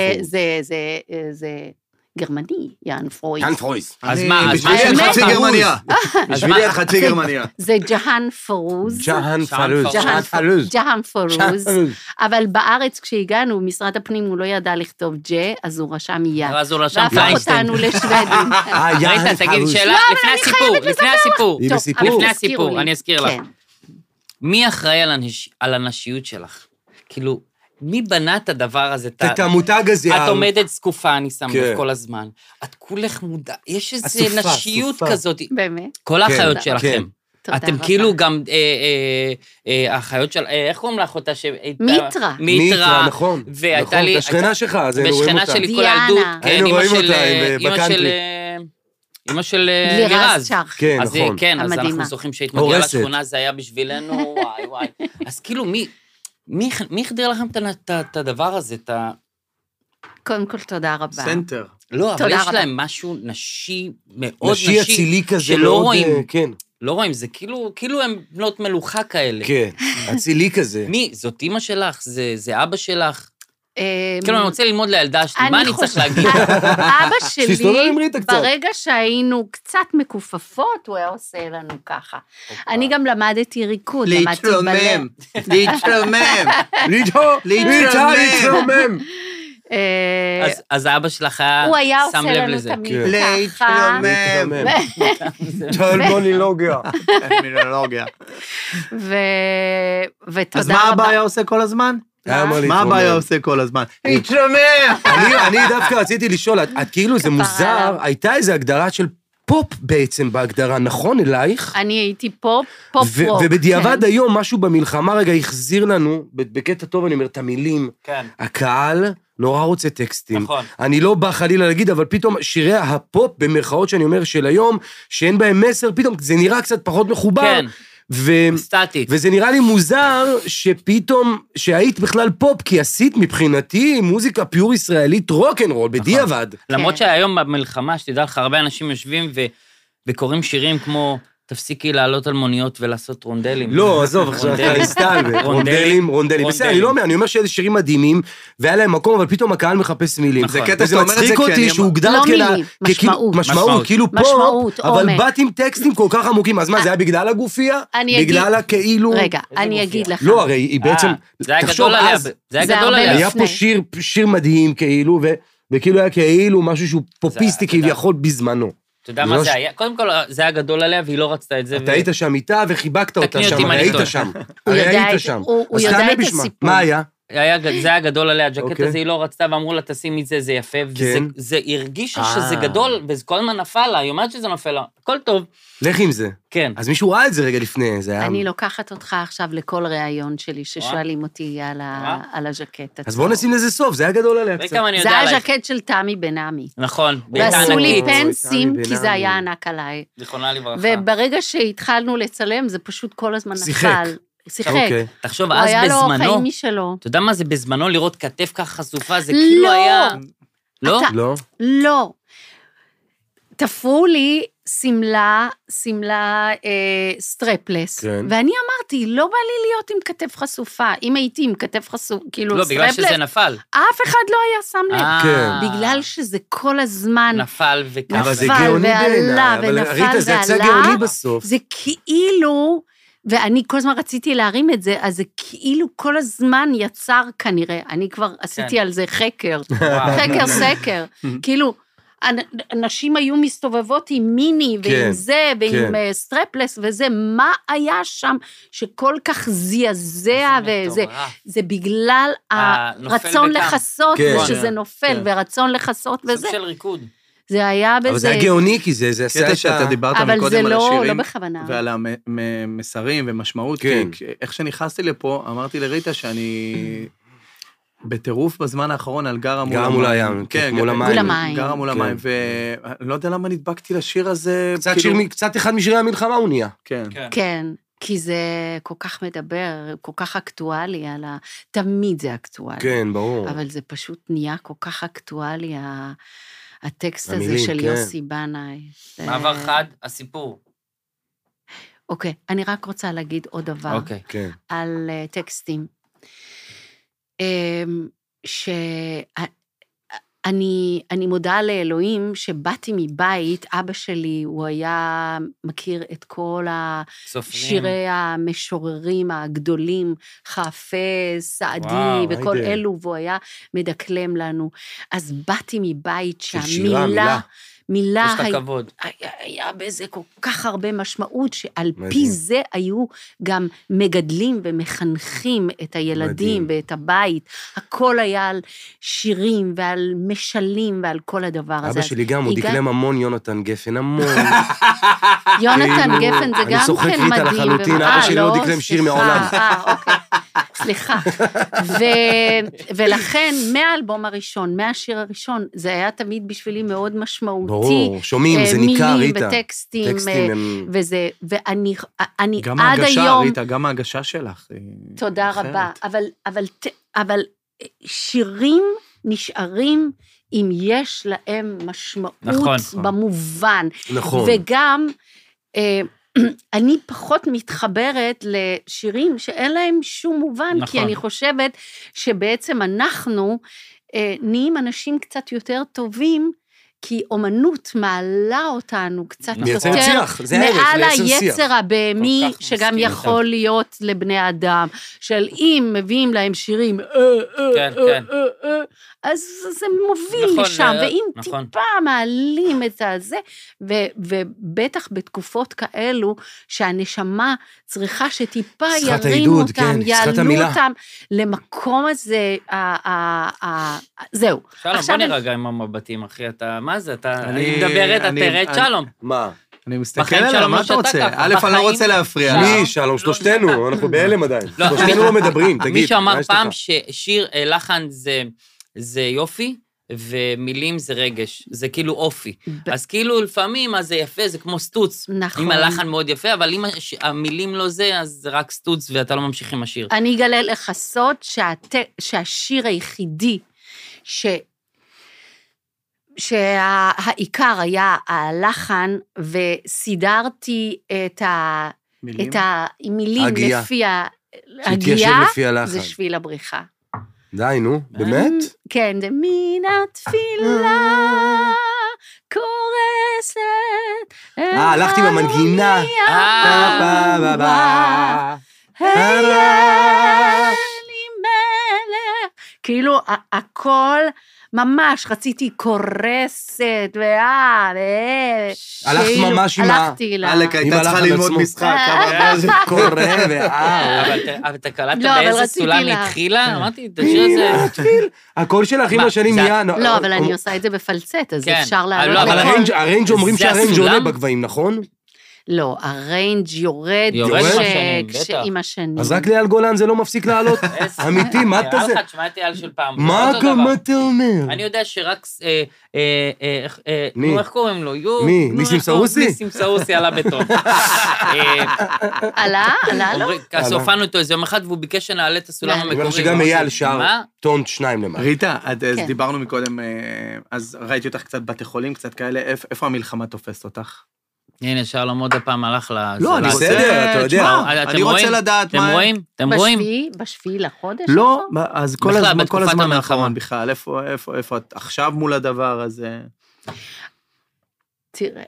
C: זה גרמני, יהן פרויז.
D: יהן פרויז.
A: אז מה?
B: בשבילי את חצי גרמניה. בשבילי את חצי גרמניה.
C: זה ג'האן פרוז.
D: ג'האן פרוז.
C: אבל בארץ כשהגענו, משרד הפנים הוא לא ידע לכתוב ג'ה, אז הוא רשם יא.
A: אז הוא רשם
C: והפך אותנו לשוודים.
A: ריטה, תגיד שאלה לפני הסיפור, אני אזכיר לך. מי אחראי על הנשיות שלך? כאילו, מי בנה את הדבר הזה?
D: את המותג הזה.
A: את עומדת זקופה, אני שם לב כל הזמן. את כולך מודע, יש איזו נשיות כזאת.
C: באמת?
A: כל האחיות שלכם. אתם כאילו גם האחיות של, איך קוראים לך אותה?
C: מיטרה.
D: נכון.
A: והייתה לי...
D: השכנה שלך, אז היינו רואים אותה.
A: ושכנה שלי כל הילדות.
D: היינו רואים אותה בקאנטרי.
A: אמא של לירז.
D: כן, נכון.
A: כן, אז אנחנו זוכרים שהיית מגיעה לשכונה, זה היה בשבילנו, וואי. אז כאילו, מי החדיר לכם את הדבר הזה?
C: קודם כל, תודה רבה.
B: סנטר.
A: לא, אבל יש להם משהו נשי, מאוד נשי.
D: נשי אצילי כזה,
A: שלא רואים.
D: כן.
A: לא רואים, זה כאילו הם בנות מלוכה כאלה.
D: כן, אצילי כזה.
A: מי? זאת אמא שלך? זה אבא שלך? כאילו, אני רוצה ללמוד לילדה שלי, מה אני צריך להגיד?
C: אבא שלי, ברגע שהיינו קצת מקופפות, הוא היה עושה לנו ככה. אני גם למדתי ריקוד, למדתי בלב.
D: להתרומם.
A: אז האבא שלך שם לב לזה.
C: הוא היה עושה לנו תמיד ככה.
B: טרמונולוגיה.
C: ותודה רבה.
B: אז מה אבא היה עושה כל הזמן? מה הבעיה עושה כל הזמן? להתרומם!
D: אני דווקא רציתי לשאול, את כאילו זה מוזר, הייתה איזו הגדרה של פופ בעצם בהגדרה, נכון אלייך?
C: אני הייתי פופ רוק.
D: ובדיעבד היום משהו במלחמה רגע החזיר לנו, בקטע טוב אני אומר, את המילים, הקהל נורא רוצה טקסטים.
A: נכון.
D: אני לא בא חלילה להגיד, אבל פתאום שירי הפופ במרכאות שאני אומר של היום, שאין בהם מסר, פתאום זה נראה קצת פחות מחובר. כן.
A: סטטית.
D: וזה נראה לי מוזר שפתאום, שהיית בכלל פופ, כי עשית מבחינתי מוזיקה פיור ישראלית רוק'נ'רול, בדיעבד.
A: למרות שהיום במלחמה, שתדע לך, הרבה אנשים יושבים וקוראים שירים כמו... תפסיקי לעלות על מוניות ולעשות רונדלים.
D: לא, עזוב, עכשיו סתם, רונדלים. בסדר, אני לא אומר, אני אומר שאיזה שירים מדהימים, והיה להם מקום, אבל פתאום הקהל מחפש מילים.
B: זה קטע שאתה אומר את זה,
D: מצחיק אותי שהוא הוגדר
C: לא מילים, משמעות.
D: כאילו פופ, אבל באת עם טקסטים כל כך עמוקים, אז מה, זה היה בגלל הגופייה? בגלל הכאילו...
C: רגע, אני אגיד לך.
D: לא, הרי היא בעצם...
A: זה היה גדול עליה.
D: היה פה שיר מדהים כאילו, וכאילו היה כאילו משהו שהוא פופיסטי כביכול בזמנו.
A: אתה יודע מה זה היה? קודם כל, זה היה גדול עליה, והיא לא רצתה את זה.
D: אתה היית שם איתה וחיבקת אותה שם, היית שם.
C: הוא יודע את הסיפור.
D: מה היה?
A: זה היה גדול עליה, הג'קט הזה היא לא רצתה, ואמרו לה, תשים את זה, זה יפה, וזה הרגישה שזה גדול, וזה כל הזמן נפל לה, היא אומרת שזה נופל לה, הכל טוב.
D: לך עם זה.
A: כן.
D: אז מישהו ראה את זה רגע לפני, זה היה...
C: אני לוקחת אותך עכשיו לכל ראיון שלי, ששואלים אותי על הז'קט.
D: אז בואו נשים לזה סוף, זה היה גדול עליה קצת.
C: זה היה ז'קט של תמי בן-עמי.
A: נכון.
C: ועשו לי פנסים, כי זה היה ענק עליי.
A: זיכרונה לברכה.
C: וברגע שהתחלנו לצלם, זה פשוט כל הזמן נפל. שיחק.
A: תחשוב, אז בזמנו...
C: הוא היה לו חיים משלו.
A: אתה יודע מה זה בזמנו לראות כתף ככה חשופה? זה כאילו היה... לא?
C: לא. תפרו לי סמלה סטרפלס, ואני אמרתי, לא בא לי להיות עם כתף חשופה. אם הייתי עם כתף חשופה, כאילו סטרפלס...
A: לא, בגלל שזה נפל.
C: אף אחד לא היה שם לב. בגלל שזה כל הזמן...
A: נפל וככה.
D: אבל זה גאוני בעיניי. אבל ריטה, זה יצא גאוני בסוף.
C: זה כאילו... ואני כל הזמן רציתי להרים את זה, אז זה כאילו כל הזמן יצר כנראה, אני כבר עשיתי על זה חקר, סקר, כאילו, אנשים היו מסתובבות עם מיני, ועם זה, ועם סטרפלס, וזה, מה היה שם שכל כך זעזע, וזה, זה בגלל הרצון לחסות, ושזה נופל, ורצון לחסות, וזה.
A: סוג של ריקוד.
C: זה היה בזה...
D: אבל זה היה גאוני, כי זה עשה
B: קטע שאתה דיברת מקודם על השירים,
C: בכוונה.
B: ועל המסרים ומשמעות, כי איך שנכנסתי לפה, אמרתי לריטה שאני בטירוף בזמן האחרון על גרה
D: מול הים.
B: כן,
C: מול המים.
B: גרה מול המים, ואני לא יודע למה נדבקתי לשיר הזה.
D: קצת אחד משירי המלחמה הוא נהיה.
C: כן. כי זה כל כך מדבר, כל כך אקטואלי, תמיד זה אקטואלי.
D: כן, ברור.
C: אבל זה פשוט נהיה כל כך אקטואלי, הטקסט הזה של יוסי בנאי.
A: מעבר חד, הסיפור.
C: אוקיי, אני רק רוצה להגיד עוד דבר על טקסטים. אני מודה לאלוהים שבאתי מבית, אבא שלי, הוא היה מכיר את כל שירי המשוררים הגדולים, חפש, סעדי וכל אלו, והוא היה מדקלם לנו. אז באתי מבית שהמילה,
A: יש לך כבוד.
C: היה בזה כל כך הרבה משמעות, שעל פי זה היו גם מגדלים ומחנכים את הילדים ואת הבית. הכל היה על שירים ועל משלים ועל כל הדבר הזה.
D: אבא שלי גם, הוא דקלם המון יונתן גפן, המון.
C: יונתן גפן זה גם כן מדהים.
D: אני צוחק ריטה לחלוטין, אבא שלי לא דקלם שיר מעולם.
C: אוקיי. סליחה. ולכן, מהאלבום הראשון, מהשיר הראשון, זה היה תמיד בשבילי מאוד משמעותי.
D: ברור, שומעים, זה ניכר, ריטה.
C: מילים וטקסטים, וזה, ואני
B: גם
C: עד
B: ההגשה,
C: היום...
B: ריטה, גם ההגשה שלך.
C: תודה רבה, אבל שירים נשארים אם יש להם משמעות במובן.
D: נכון.
C: וגם... אני פחות מתחברת לשירים שאין להם שום מובן, כי אני חושבת שבעצם אנחנו נהיים אנשים קצת יותר טובים, כי אומנות מעלה אותנו קצת יותר מעל היצר הבהמי, שגם יכול להיות לבני אדם, של אם מביאים להם שירים, אז זה מוביל לשם, ואם טיפה מעלים את זה, ובטח בתקופות כאלו, שהנשמה צריכה שטיפה ירימו אותם, יעלו אותם למקום הזה, זהו.
A: שלום, בוא נרגע עם המבטים, אחי, אתה, מה זה? אני מדברת, אתה תראה את שלום.
D: מה?
B: אני מסתכל עליו, מה אתה רוצה? א', אני לא רוצה להפריע.
D: מי? שלום, שלושתנו, אנחנו בהלם עדיין. שלושתנו לא מדברים, תגיד.
A: מישהו אמר פעם ששיר לחן זה יופי, ומילים זה רגש, זה כאילו אופי. אז כאילו לפעמים, אז זה יפה, זה כמו סטוץ.
C: נכון.
A: אם הלחן מאוד יפה, אבל אם המילים לא זה, אז זה רק סטוץ, ואתה לא ממשיך עם השיר.
C: אני אגלה לך סוד שהשיר היחידי, שהעיקר היה הלחן, וסידרתי את המילים לפי ההגייה, זה שביל הבריחה.
D: די, נו, באמת?
C: כן, זה מן התפילה קורסת.
D: הלכתי במנגינה.
C: כאילו, הכל ממש רציתי קורסת,
D: הלכת ממש עם
C: הלכתי לה.
B: אלק, הייתה צריכה ללמוד משחק,
D: קורא
A: אבל אתה קלטת באיזה סולם התחילה? אמרתי, תשאיר את זה.
D: הקול שלך עם השנים נהיה...
C: לא, אבל אני עושה את זה בפלצט, אז אפשר לעלות.
D: אבל הריינג' אומרים שהריינג' עולה בגבהים, נכון?
C: לא, הריינג' יורד עם השנים.
D: אז רק ליאל גולן זה לא מפסיק לעלות? אמיתי, מה אתה זה?
A: תשמע את ליאל של פעם.
D: מה אתה אומר?
A: אני יודע שרק... איך קוראים לו?
D: מי? ניסים סרוסי?
A: ניסים סרוסי עלה בטון.
C: עלה לו?
A: אז הופענו אותו איזה יום אחד, והוא ביקש שנעלה את הסולם המקורי.
D: אבל שגם אייל שר טון 2 למעלה.
B: ריטה, אז דיברנו מקודם, אז ראיתי אותך קצת בתי חולים, קצת כאלה, איפה המלחמה תופסת אותך?
A: הנה, שלום עוד הפעם הלך
B: לא, אני בסדר, אתה יודע. אני רוצה לדעת מה...
A: אתם רואים?
C: בשביעי לחודש?
B: לא, אז כל הזמן האחרון בכלל, איפה את עכשיו מול הדבר הזה?
C: תראה.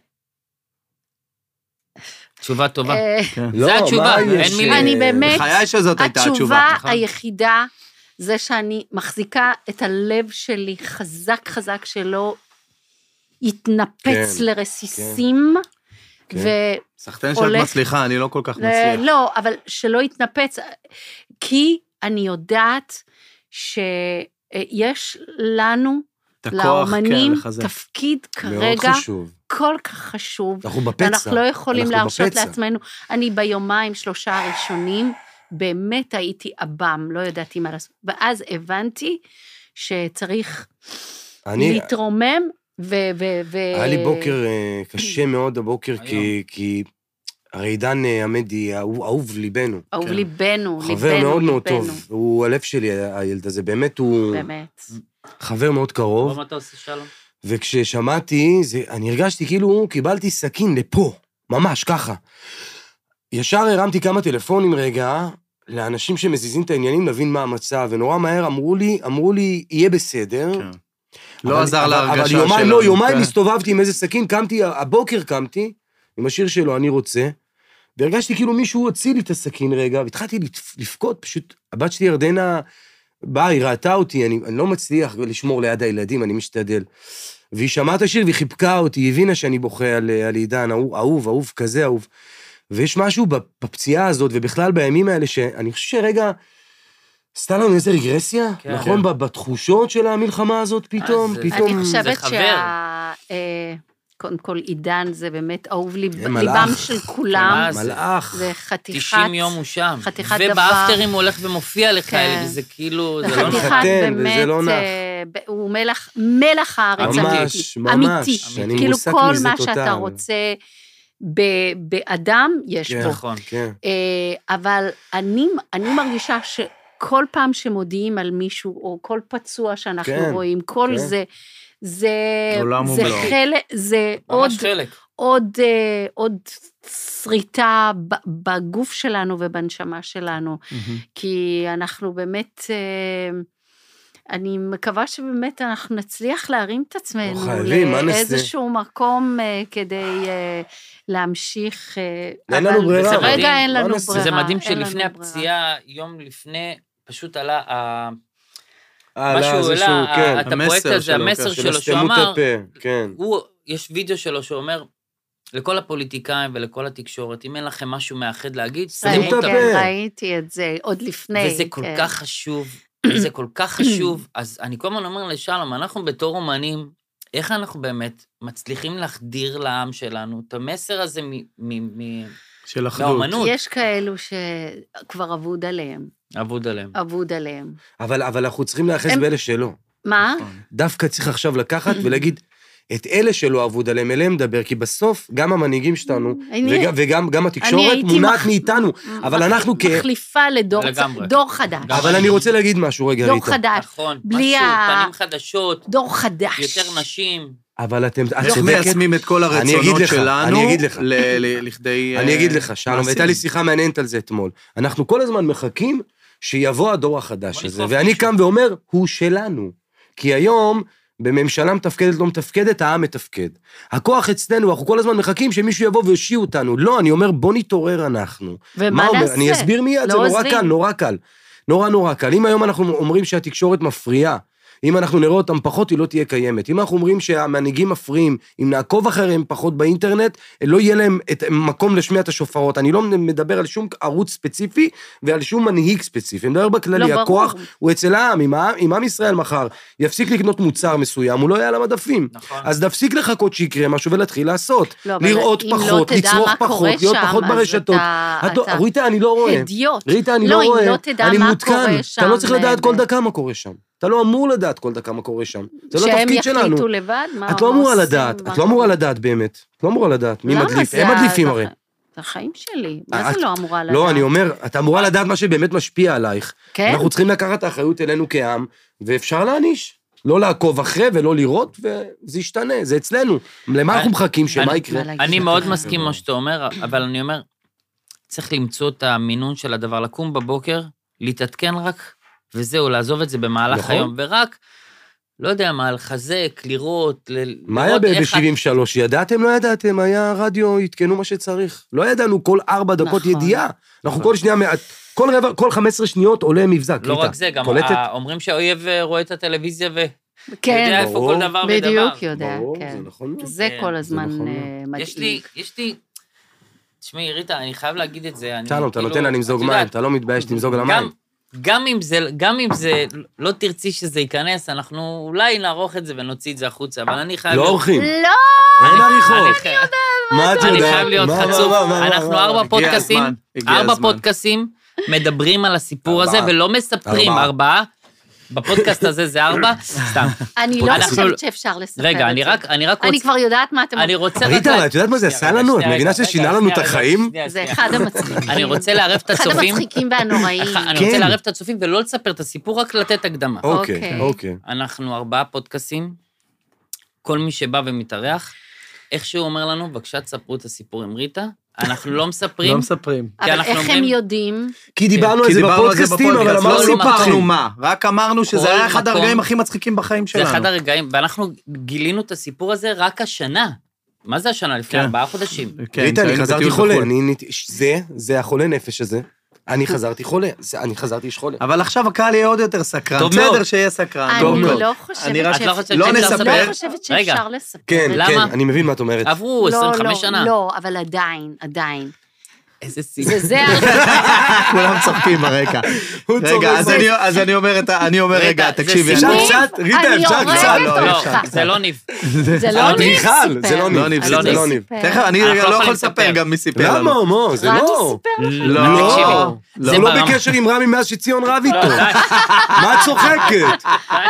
A: תשובה טובה. זה התשובה, אין מילים.
C: אני באמת,
B: בחיי שזאת הייתה התשובה.
C: התשובה היחידה זה שאני מחזיקה את הלב שלי חזק חזק שלא יתנפץ לרסיסים,
B: סחטן שאת מצליחה, אני לא כל כך מצליח.
C: לא, אבל שלא יתנפץ, כי אני יודעת שיש לנו, לאומנים, תפקיד כרגע כל כך חשוב.
D: אנחנו בפצע.
C: אנחנו לא יכולים להרשות לעצמנו. אני ביומיים 3 הראשונים, באמת הייתי אב"ם, לא ידעתי מה לעשות. ואז הבנתי שצריך להתרומם,
D: היה לי בוקר קשה מאוד הבוקר, כי הרי עידן עמדי, אהוב ליבנו.
C: אהוב ליבנו,
D: חבר מאוד מאוד טוב, הוא הלב שלי, הילד הזה, באמת הוא...
C: באמת.
D: חבר מאוד קרוב.
A: מה אתה עושה שלום?
D: וכששמעתי, אני הרגשתי כאילו קיבלתי סכין לפה, ממש ככה. ישר הרמתי כמה טלפונים רגע, לאנשים שמזיזים את העניינים, להבין מה המצב, ונורא מהר אמרו לי, יהיה בסדר.
B: לא עזר להרגשה
D: שלנו. אבל יומיים הסתובבתי עם איזה סכין, הבוקר קמתי, עם השיר שלו, אני רוצה, והרגשתי כאילו מישהו הוציא לי את הסכין רגע, והתחלתי לפקוד, פשוט, הבת שלי ירדנה באה, היא ראתה אותי, אני לא מצליח לשמור ליד הילדים, אני משתדל. והיא שמעה את השיר והיא חיבקה אותי, היא הבינה שאני בוכה על עידן, אהוב, כזה אהוב. ויש משהו בפציעה הזאת, ובכלל בימים האלה, שאני חושב שרגע, עשתה לנו איזה רגרסיה, נכון? בתחושות של המלחמה הזאת פתאום.
C: אני חושבת קודם כל, עידן זה באמת אהוב ליבם של כולם.
D: מלאך.
C: זה חתיכת...
A: 90 יום הוא שם.
C: חתיכת דבר.
A: ובאפטרים הוא הולך ומופיע לך, וזה כאילו, זה לא נח.
C: חתיכת באמת, הוא מלח הארץ אמיתי. כאילו כל מה שאתה רוצה באדם, יש בו.
A: נכון, כן.
C: אבל אני מרגישה שכל פעם שמודיעים על מישהו, או כל פצוע שאנחנו רואים, כל זה, זה חלק, זה עוד שריטה בגוף שלנו ובנשמה שלנו, כי אנחנו באמת, אני מקווה שבאמת אנחנו נצליח להרים את עצמנו לאיזשהו מקום כדי להמשיך,
D: אין לנו ברירה.
C: רגע אין לנו ברירה.
A: זה מדהים שלפני הפציעה, יום לפני, פשוט עלה משהו עלה, את הפרויקט הזה, המסר שלו, שהוא אמר, יש וידאו שלו שאומר, לכל הפוליטיקאים ולכל התקשורת, אם אין לכם משהו מאחד להגיד,
C: סתמו את הפה. ראיתי את זה עוד לפני.
A: וזה כל כך חשוב, זה כל כך חשוב, אז אני כל הזמן אומר לשלום, אנחנו בתור אומנים, איך אנחנו באמת מצליחים להחדיר לעם שלנו את המסר הזה
B: של אחדות.
C: יש כאלו שכבר אבוד עליהם. אבוד עליהם.
D: אבל אנחנו צריכים להיחס באלה שלא.
C: מה?
D: דווקא צריך עכשיו לקחת ולהגיד, את אלה שלא אבוד עליהם, אליהם מדבר, כי בסוף גם המנהיגים שלנו, וגם התקשורת מונעת מאיתנו, אבל אנחנו
C: מחליפה לדור חדש.
D: אבל אני רוצה להגיד משהו, רגע, ריטה.
C: דור חדש.
A: נכון, משהו, פנים חדשות.
C: דור חדש.
A: יותר נשים.
D: אבל אתם...
B: איך מיישמים את כל הרצונות שלנו לכדי...
D: אני אגיד לך, שלום, והייתה לי שיחה מעניינת על זה אתמול. אנחנו כל הזמן מחכים שיבוא הדור החדש הזה, ואני קם ואומר, הוא שלנו. כי היום, בממשלה מתפקדת, לא מתפקדת, העם מתפקד. הכוח אצלנו, אנחנו כל הזמן מחכים שמישהו יבוא ויושיע אותנו. לא, אני אומר, בוא נתעורר אנחנו.
C: ומה נעשה?
D: אני אסביר מיד, זה נורא קל, נורא קל. נורא קל. אם היום אנחנו אומרים שהתקשורת מפריעה, אם אנחנו נראה אותם פחות, היא לא תהיה קיימת. אם אנחנו אומרים שהמנהיגים מפריעים, אם נעקוב אחריהם פחות באינטרנט, לא יהיה להם את מקום לשמיע את השופרות. אני לא מדבר על שום ערוץ ספציפי, ועל שום מנהיג ספציפי. אני מדבר בכללי, הכוח הוא אצל העם. אם עם ישראל מחר יפסיק לקנות מוצר מסוים, הוא לא יהיה על המדפים. אז תפסיק לחכות שיקרה משהו ולהתחיל לעשות. לראות פחות, לצרוך פחות, להיות פחות ברשתות. ריטה, אני לא רואה. ריטה, אני לא רואה. אני מותקן. אתה לא צריך לדעת כל דקה מה קורה שם. אתה לא אמור לדעת כל דקה מה קורה שם. זה לא תפקיד שלנו.
C: שהם יחליטו לבד?
D: את לא אמורה לדעת, את לא אמורה לדעת באמת. את לא אמורה לדעת. מי מדליף? הם מדליפים הרי.
C: זה החיים שלי. מה זה לא אמורה לדעת?
D: לא, אני אומר, את אמורה לדעת מה שבאמת משפיע עלייך.
C: כן?
D: אנחנו צריכים לקחת את האחריות אלינו כעם, ואפשר להניש. לא לעקוב אחרי ולא לראות, וזה ישתנה, זה אצלנו. למה אנחנו מחכים, שמה יקרה?
A: אני מאוד מסכים מה שאתה אומר, אבל אני אומר, צריך למצוא את המינון של הדבר, לקום בבוקר, להתעדכן רק וזהו, לעזוב את זה במהלך היום, ורק, לא יודע מה, לחזק, לראות,
D: מה היה ב-73? ידעתם, לא ידעתם? היה רדיו, התקנו מה שצריך. לא ידענו כל 4 דקות ידיעה. אנחנו כל שנייה, כל 15 שניות עולה מבזק.
A: לא רק זה, גם אומרים שהאויב רואה את הטלוויזיה יודע איפה כל דבר ודבר.
C: בדיוק יודע, כן. זה כל הזמן מדהים.
A: יש לי, תשמעי, ריטה, אני חייב להגיד את זה.
D: שלום, אתה נותן לה למזוג מים, אתה לא מתבייש למזוג למים.
A: גם אם זה, לא תרצי שזה ייכנס, אנחנו אולי נערוך את זה ונוציא את זה החוצה, אבל אני חייב...
D: לא עורכים.
C: לא!
D: אין עריכות.
C: מה
A: אני חייב להיות חצוף. אנחנו 4 פודקאסים, מדברים על הסיפור הזה ולא מספרים 4, בפודקאסט הזה זה 4, סתם.
C: אני לא חושבת שאפשר לספר את זה.
A: רגע, אני רק רוצה...
C: אני כבר יודעת מה אתם...
A: אני רוצה...
D: ריטה, את יודעת מה זה עשה לנו? את מבינה ששינה לנו את החיים?
C: זה אחד המצחיקים.
A: אני רוצה לערב את הצופים...
C: אחד המצחיקים והנוראים.
A: אני רוצה לערב את הצופים ולא לספר את הסיפור, רק לתת הקדמה.
D: אוקיי.
A: אנחנו 4 פודקאסים, כל מי שבא ומתארח, איך שהוא אומר לנו, בבקשה תספרו את הסיפור עם ריטה, אנחנו לא מספרים.
B: לא מספרים.
C: אבל איך הם יודעים?
D: כי דיברנו על זה בפודקאסטים, אבל אמרנו
B: לא סיפרנו מה. רק אמרנו שזה היה אחד הרגעים הכי מצחיקים בחיים שלנו.
A: זה אחד הרגעים, ואנחנו גילינו את הסיפור הזה רק השנה. מה זה השנה? לפני 4 חודשים.
D: ריטה, אני חזרתי חולה. זה החולה נפש הזה. אני חזרתי חולה, אני חזרתי איש חולה.
B: אבל עכשיו הקהל יהיה עוד יותר סקרן. בסדר שיהיה סקרן.
C: אני לא חושבת שאפשר לספר.
D: כן, אני מבין מה את אומרת.
A: עברו 25 שנה.
C: לא, אבל עדיין.
A: איזה סיפור.
B: כולם צוחקים ברקע. רגע, אז אני אומר רגע, תקשיבי.
D: אפשר קצת? ריטה, אפשר קצת?
A: לא, זה לא ניב.
C: זה לא ניב סיפר.
D: זה לא ניב.
B: תכף, אני לא יכול לספר גם מי סיפר לנו.
D: למה? זה לא.
A: לא.
D: זה לא בקשר עם רמי מאז שציון רב איתו. מה את צוחקת?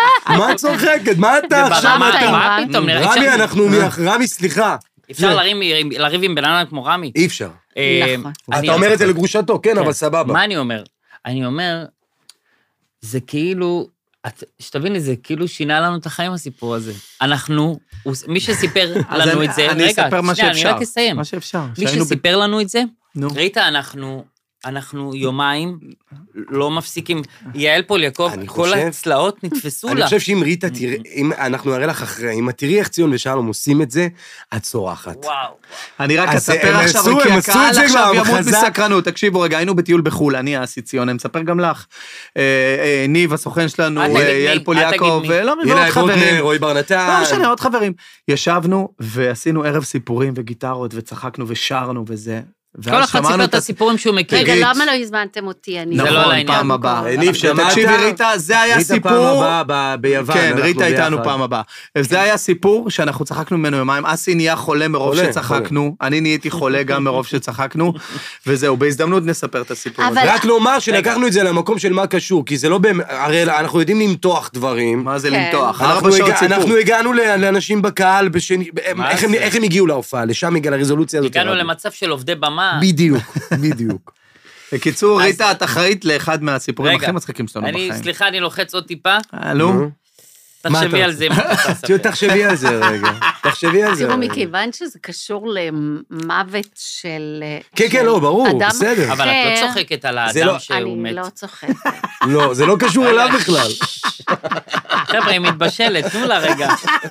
D: מה אתה עכשיו?
A: מה פתאום?
D: רמי, סליחה.
A: אפשר לריב עם בן אדם כמו רמי?
D: אי אפשר. אתה אומר את זה לגרושתו, כן, אבל סבבה.
A: מה אני אומר? אני אומר, זה כאילו, שתבין לי, זה כאילו שינה לנו את החיים הסיפור הזה. אנחנו, מי שסיפר לנו את זה,
B: אני אספר מה שאפשר.
A: אני רק אסיים.
B: מה שאפשר.
A: מי שסיפר לנו את זה, ראית, אנחנו יומיים לא מפסיקים. יעל פול יעקב, כל הצלעות נתפסו לה.
D: אני חושב שאם ריטה תראה, אנחנו נראה לך אחרי, אם תראי איך ציון ושלום עושים את זה, את צורחת.
A: וואו.
B: אני רק אספר עכשיו, כי הקהל עכשיו ימות מסקרנות. תקשיבו רגע, היינו בטיול בחול, אני אסי ציון, אני מספר גם לך. ניב, הסוכן שלנו, יעל פול יעקב,
D: הנה בוטנר, רועי ברנתן.
B: לא משנה, עוד חברים. ישבנו ועשינו ערב סיפורים וגיטרות וצחקנו ושרנו וזה.
A: כל אחד סיפר את הסיפורים שהוא מכיר.
C: רגע, למה לא הזמנתם אותי?
B: נכון, פעם הבאה. ניב, תקשיבי ריטה, זה היה סיפור...
D: ריטה פעם הבאה ביוון.
B: כן, ריטה איתנו פעם הבאה. זה היה סיפור שאנחנו צחקנו ממנו יומיים. אסי נהיה חולה מרוב שצחקנו. אני נהייתי חולה גם מרוב שצחקנו. וזהו, בהזדמנות נספר את הסיפור הזה.
D: רק לומר שלקחנו את זה למקום של מה קשור, כי זה לא באמת... הרי אנחנו יודעים למתוח דברים.
B: מה זה למתוח?
D: אנחנו הגענו לאנשים בקהל, איך הם הגיעו להופעה? לשם הגיע לרזולוציה הזאת.
A: הגענו למצב של עובדי במה.
D: בדיוק.
B: בקיצור, ריטה, את אחראית לאחד מהסיפורים הכי מצחיקים שלנו בחיים.
A: סליחה, אני לוחץ עוד טיפה.
B: נו.
A: תחשבי על זה.
D: תחשבי על זה רגע.
C: תראו, מכיוון שזה קשור למוות של...
D: כן, לא, ברור, בסדר.
A: אבל את לא צוחקת על האדם שהוא מת.
C: אני לא צוחקת.
D: לא, זה לא קשור אליו בכלל.
A: חבר'ה, היא מתבשלת, תנו לה רגע.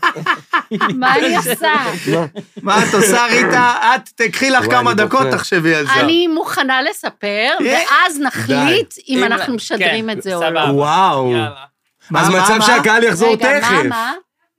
C: מה אני עושה?
B: מה את עושה, ריטה? את תקחי לך כמה דקות, תחשבי על זה.
C: אני מוכנה לספר, ואז נחליט אם אנחנו משדרים את זה או לא.
D: וואו. אז מצב שהקהל יחזור תכף.
C: רגע, מה?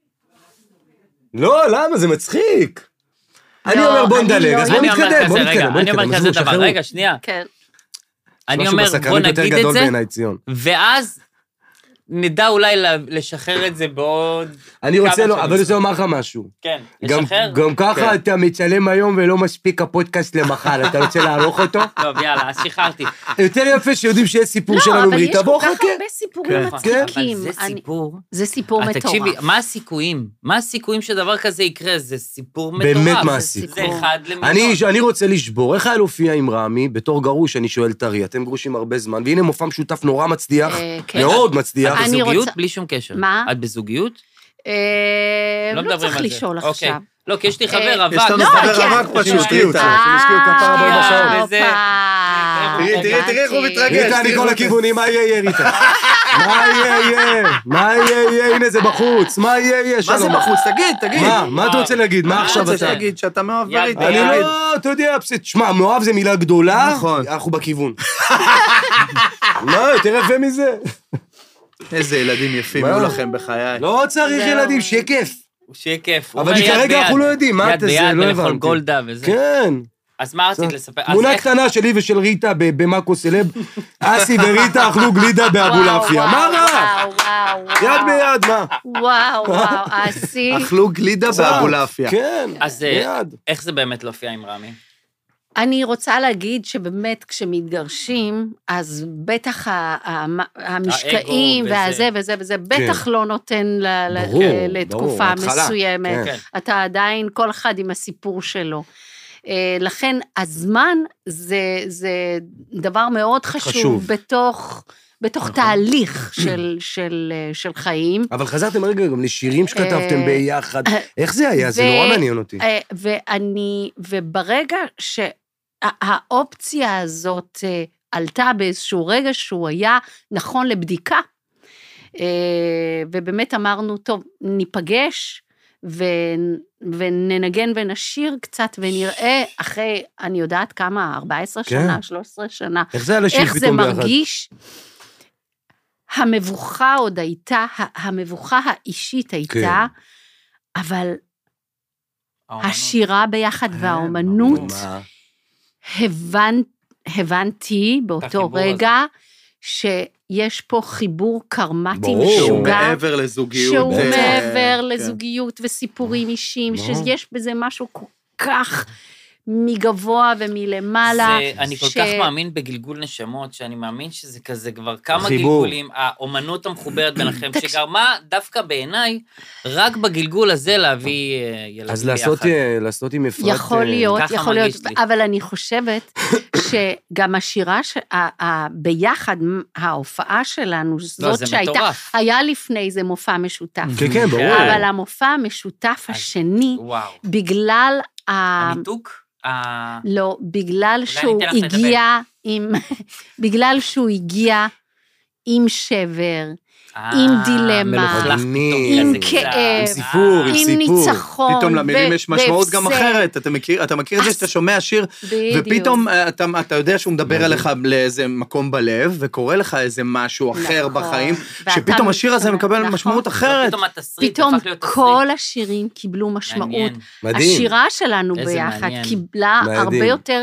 D: לא, למה? זה מצחיק. אני אומר בוא נדלג, אז בוא נתקדם.
A: אני אומר כזה דבר, רגע, שנייה. אני אומר בוא נגיד את זה, ואז נדע אולי לשחרר את זה בעוד...
D: אני רוצה לומר לך משהו.
A: כן, לשחרר?
D: גם ככה אתה מצלם היום ולא מספיק הפודקאסט למחר, אתה רוצה לערוך אותו?
A: טוב, יאללה, אז שחררתי.
D: יותר יפה שיודעים שיש סיפור שלנו בריטה, בוא חכה.
C: לא, אבל יש כל כך הרבה סיפורים מצחיקים.
A: אבל זה סיפור.
C: זה סיפור מטורף.
A: תקשיבי, מה הסיכויים? מה הסיכויים שדבר כזה יקרה? זה סיפור מטורף.
D: באמת מה הסיכוי.
A: זה אחד למיליון.
D: אני רוצה לשבור. איך היה להופיע עם רמי? בתור גרוש, אני שואל טרי, אתם גרושים הרבה זמן, והנה מופע משותף נורא מצליח, מאוד מצליח.
A: בזוגיות בלי שום קשר.
C: מה?
A: את בזוגיות?
C: לא צריך לשאול עכשיו.
A: לא, כי יש לי חבר רווק.
B: יש לנו חבר רווק פשוט.
D: שמשקיעו כפרה בו בשעות.
B: תראי איך הוא מתרגש.
D: ריטה, אני כל הכיוונים, מה יהיה ריטה? מה יהיה? הנה זה בחוץ, מה יהיה?
B: מה זה בחוץ? תגיד.
D: מה אתה רוצה להגיד? מה עכשיו אתה?
B: רוצה להגיד שאתה מאוהב בריטה.
D: אני לא, אתה יודע, תשמע, מאוהב זה מילה גדולה, אנחנו בכיוון. מה, יותר יפה מזה?
B: איזה ילדים יפים יהיו לכם בחיי.
D: לא צריך ילדים, שיהיה כיף. אבל כרגע אנחנו לא יודעים, מה אתה זה, לא הבנתי.
A: ולאכול גולדה וזה.
D: כן.
A: אז מה רצית לספר?
D: תמונה קטנה שלי ושל ריטה במאקו סלב, אסי וריטה אכלו גלידה באבולעפיה. מה רע? יד ביד, מה?
C: וואו, אסי.
B: אכלו גלידה באבולעפיה.
D: כן,
A: אז איך זה באמת להופיע עם רמי?
C: אני רוצה להגיד שבאמת כשמתגרשים, אז בטח המשקעים והזה וזה וזה, בטח לא נותן לתקופה מסוימת. אתה עדיין, כל אחד עם הסיפור שלו. לכן הזמן זה דבר מאוד חשוב בתוך תהליך של חיים.
D: אבל חזרתם רגע גם לשירים שכתבתם ביחד. איך זה היה? זה נורא מעניין אותי.
C: וברגע שהאופציה הזאת עלתה באיזשהו רגע שהוא היה נכון לבדיקה, ובאמת אמרנו, טוב, ניפגש, וננגן ונשיר קצת, ונראה אחרי, אני יודעת כמה, 14 שנה, 13 שנה, איך זה מרגיש. המבוכה עוד הייתה, המבוכה האישית הייתה, אבל השירה ביחד והאומנות, הבנתי באותו רגע, שיש פה חיבור קרמטי משוגע.
B: שהוא מעבר לזוגיות.
C: שהוא מעבר לזוגיות וסיפורים אישיים, שיש בזה משהו כל כך מגבוה ומלמעלה.
A: אני כל כך מאמין בגלגול נשמות, שאני מאמין שזה כזה כבר כמה גלגולים, האומנות המחוברת ביניכם, שגרמה דווקא בעיניי, רק בגלגול הזה להביא ילדים
D: אז לעשות עם אפרת.
C: יכול להיות, אבל אני חושבת שגם השירה, ביחד, ההופעה שלנו, זאת שהייתה, היה לפני זה מופע משותף.
D: כן, ברור.
C: אבל המופע המשותף השני, בגלל
A: הניתוק?
C: לא, בגלל שהוא הגיע עם שבר, עם דילמה, עם כאב, עם ניצחון.
B: פתאום למילים יש משמעות גם אחרת. אתה מכיר את זה שאתה שומע שיר, ופתאום אתה יודע שהוא מדבר עליך לאיזה מקום בלב, וקורא לך איזה משהו אחר בחיים, שפתאום השיר הזה מקבל משמעות אחרת.
C: פתאום כל השירים קיבלו משמעות. השירה שלנו ביחד קיבלה הרבה יותר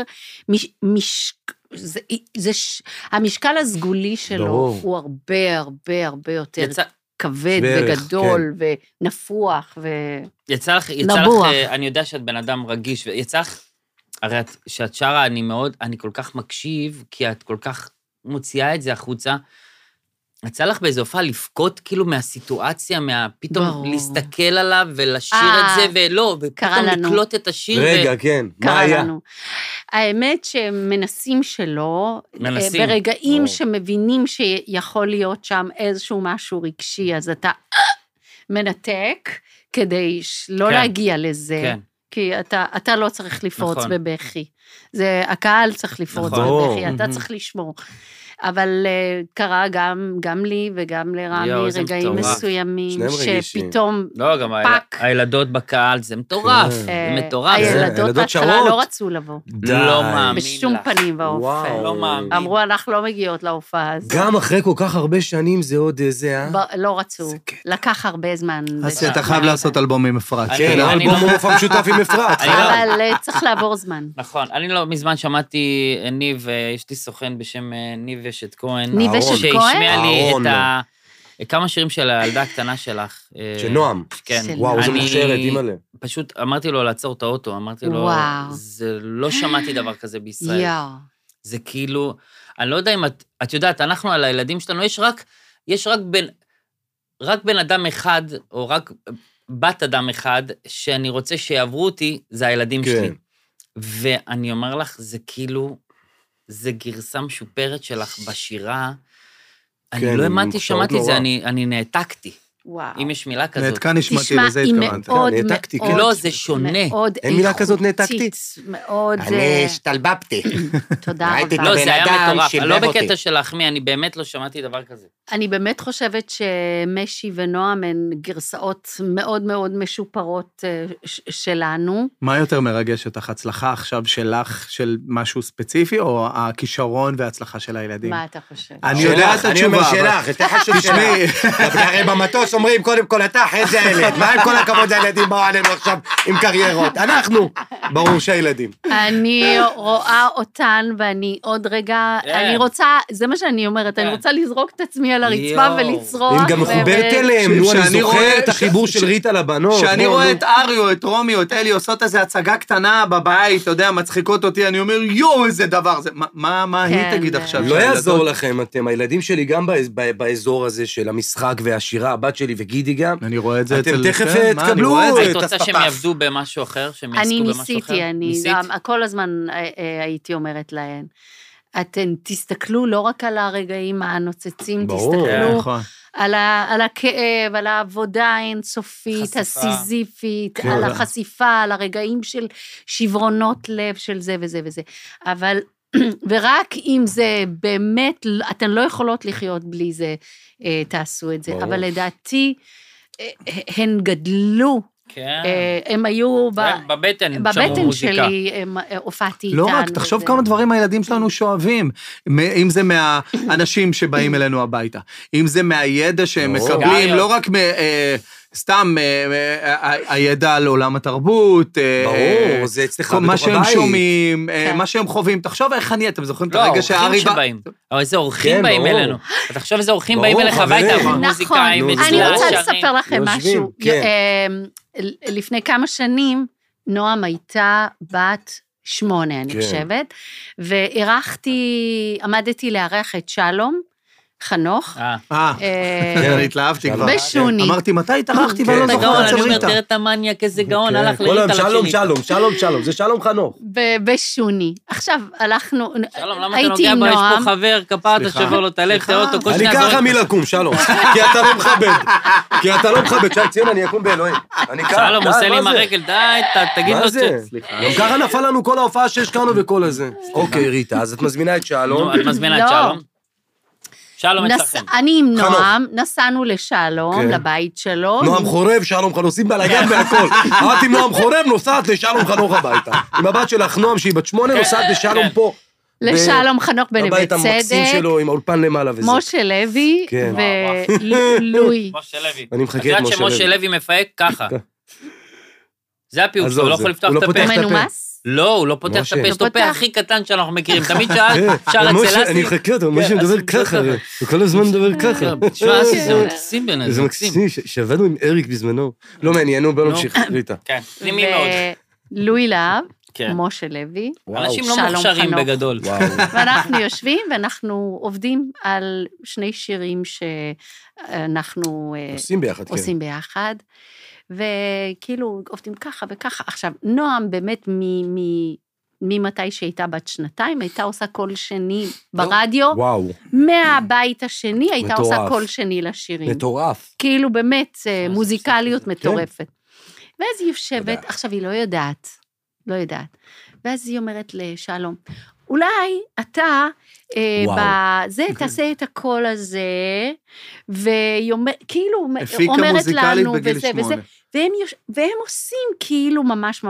C: המשקל הסגולי שלו הוא הרבה הרבה הרבה יותר כבד וגדול ונפוח ונבוח.
A: יצא לך, אני יודע שאת בן אדם רגיש, ויצא לך, הרי שאת שרה, אני כל כך מקשיב, כי את כל כך מוציאה את זה החוצה, יצא לך באיזו הופעה לפקוט כאילו מהסיטואציה, פתאום להסתכל עליו ולשיר את זה, ולא, ופתאום לקלוט את השיר.
D: רגע, כן, מה היה?
C: האמת שמנסים שלא, ברגעים שמבינים שיכול להיות שם איזשהו משהו רגשי, אז אתה מנתק כדי לא להגיע לזה, כי אתה לא צריך לפרוץ בבכי. הקהל צריך לפרוץ בבכי, אתה צריך לשמור. אבל קרה גם לי וגם לרמי רגעים מסוימים, שפתאום פק.
A: לא, גם הילדות בקהל, זה מטורף, זה מטורף.
C: הילדות בהתחלה לא רצו לבוא.
A: לא מאמין לך.
C: בשום פנים ואופן.
A: לא מאמין.
C: אמרו, אנחנו לא מגיעות להופעה הזאת.
D: גם אחרי כל כך הרבה שנים זה עוד זה,
C: לא רצו. לקח הרבה זמן.
B: אז אתה חייב לעשות אלבום עם אפרת.
D: כן, אלבום מופע משותף עם אפרת.
C: אבל צריך לעבור זמן.
A: נכון, אני לא מזמן שמעתי ניב, יש לי סוכן בשם ניב אשת כהן,
C: שהשמיע
A: לי את כמה שירים של הילדה הקטנה שלך.
D: של נועם.
A: כן.
D: וואו, זה מוכשרת, אימא'לה.
A: פשוט אמרתי לו לעצור את האוטו, אמרתי לו, זה לא שמעתי דבר כזה בישראל. זה כאילו, אני לא יודע אם את יודעת, אנחנו על הילדים שלנו, יש רק בן אדם אחד, או רק בת אדם אחד, שאני רוצה שיעברו אותי, זה הילדים שלי. ואני אומר לך, זה כאילו, זה גרסה משופרת שלך בשירה, אני לא האמנתי, שמעתי את זה, אני נעתקתי. אם יש מילה כזאת.
B: נעתקה נשמעתי, לזה התכוונת.
D: נעתקתי, כן.
A: לא, זה שונה.
D: אין מילה כזאת נעתקתי?
E: אני השתלבבתי.
C: תודה רבה.
A: לא, זה היה מטורף. לא בקטע של להחמיא, אני באמת לא שמעתי דבר כזה.
C: אני באמת חושבת שמשי ונועם הן גרסאות מאוד מאוד משופרות שלנו.
B: מה יותר מרגש אותך? הצלחה עכשיו שלך, של משהו ספציפי, או הכישרון וההצלחה של הילדים?
C: מה אתה חושב?
B: אני יודע את התשובה.
E: אני אומר שלך, יותר חשוב שלך. הרי במטוס
D: פרדס אומרים, קודם כל אתה, אחרי זה הילד. מה עם כל הכבוד הילדים באו עלינו עכשיו עם קריירות? אנחנו, ברור שהילדים.
C: אני רואה אותן, ואני עוד רגע, אני רוצה, זה מה שאני אומרת, אני רוצה לזרוק את עצמי על הרצפה ולצרוח.
D: אם גם מחוברת אליהם, נו, אני זוכר את החיבור של ריטה לבנות.
B: כשאני רואה את אריו, את רומיו, את אלי, עושות איזו הצגה קטנה בבית, אתה יודע, מצחיקות אותי, אני אומר, יו, איזה דבר זה. מה היא תגיד עכשיו?
D: לא יעזור לכם, אתם, הילדים שלי גם באזור הזה של המשחק והשירה, הבת שלי וגידי גם.
B: אני רואה את זה אצל...
D: אתם תכף תקבלו את
A: היית רוצה שהם יעבדו במשהו אחר, שהם יעסקו במשהו אחר?
C: אני ניסיתי, כל הזמן הייתי אומרת להן, אתן תסתכלו לא רק על הרגעים הנוצצים, תסתכלו על הכאב, על העבודה האינסופית, הסיזיפית, על החשיפה, על הרגעים של שברונות לב של זה וזה וזה. אבל, ורק אם זה באמת, אתן לא יכולות לחיות בלי זה, תעשו את זה. אבל לדעתי, הן גדלו, הם היו בבטן שלי, הופעתי איתן.
B: לא רק, תחשוב כמה דברים הילדים שלנו שואבים, אם זה מהאנשים שבאים אלינו הביתה, אם זה מהידע שהם מקבלים, לא רק סתם הידע על עולם התרבות,
D: ברור, זה אצלך בתוך הבית.
B: מה שהם שומעים, מה שהם חווים, תחשוב איך אני, אתם זוכרים את הרגע
A: שהארי בא... אבל איזה אורחים באים אלינו. תחשוב איזה אורחים באים אליך הביתה, מוזיקאים,
C: אני רוצה לספר לכם משהו. לפני כמה שנים, נועם הייתה בת 8, אני חושבת, עמדתי לארח את שלום, חנוך.
B: התלהבתי כבר.
C: בשוני.
B: אמרתי, מתי התארחתי ואני לא זוכר אצל ריטה.
A: תראה את המניאק, איזה גאון, הלך לריטה לשני.
D: שלום, זה שלום חנוך.
C: בשוני. עכשיו, הלכנו,
A: שלום, למה אתה נוגע בו? יש פה חבר, כפת, שבר לו את הלב, תראה אותו,
D: אני ככה מי לקום, שלום. כי אתה לא מכבד. שי ציון, אני אקום באלוהים.
A: שלום, עושה לי עם הרגל, די, תגיד לו
D: גם ככה נפל לנו כל ההופעה שהשקענו וכל הזה. אוקיי, ריטה, אז את מזמינה את שלום.
A: את מזמינה את שלום. שלום אצלכם.
C: אני עם נועם, נסענו לשלום, לבית שלו.
D: נועם חורב, שלום חנוך, עושים בלגן והכל. את עם נועם חורב נוסעת לשלום חנוך הביתה. עם הבת שלך נועם שהיא בת 8 נוסעת לשלום פה.
C: לשלום חנוך בנווה צדק.
D: בבית המקסים שלו עם האולפן למעלה וזה.
C: משה לוי ולואי.
A: משה לוי.
D: אני מחכה את משה לוי.
A: שמשה לוי מפהק ככה. זה הפיוט שלו, לא יכול לפתוח את הפה.
C: הוא מנומס?
A: לא, הוא לא פותח את הפה, יש את הפה הכי קטן שאנחנו מכירים, תמיד שר אצל אסי.
D: אני מחכה אותו, משה מדבר ככה, הוא כל הזמן מדבר ככה.
A: תשמע, אסי, זה מקסים בנה,
D: זה מקסים. שעבדנו עם אריק בזמנו. לא מעניינו, בוא נמשיך, ריטה.
A: כן, פנימי מאוד.
C: לואי להב, משה לוי,
A: אנשים לא מוכשרים בגדול.
C: ואנחנו יושבים, ואנחנו עובדים על 2 שירים שאנחנו עושים ביחד. וכאילו עובדים ככה וככה. עכשיו, נועם באמת ממתי שהייתה בת 2, הייתה עושה קול שני ברדיו, מהבית השני הייתה עושה קול שני לשירים.
D: מטורף.
C: כאילו באמת מוזיקליות מטורפת. ואז היא יושבת, עכשיו היא לא יודעת, ואז היא אומרת לשלום, אולי אתה בזה תעשה את הקול הזה, והיא כאילו אומרת לנו וזה וזה, והם עושים כאילו ממש,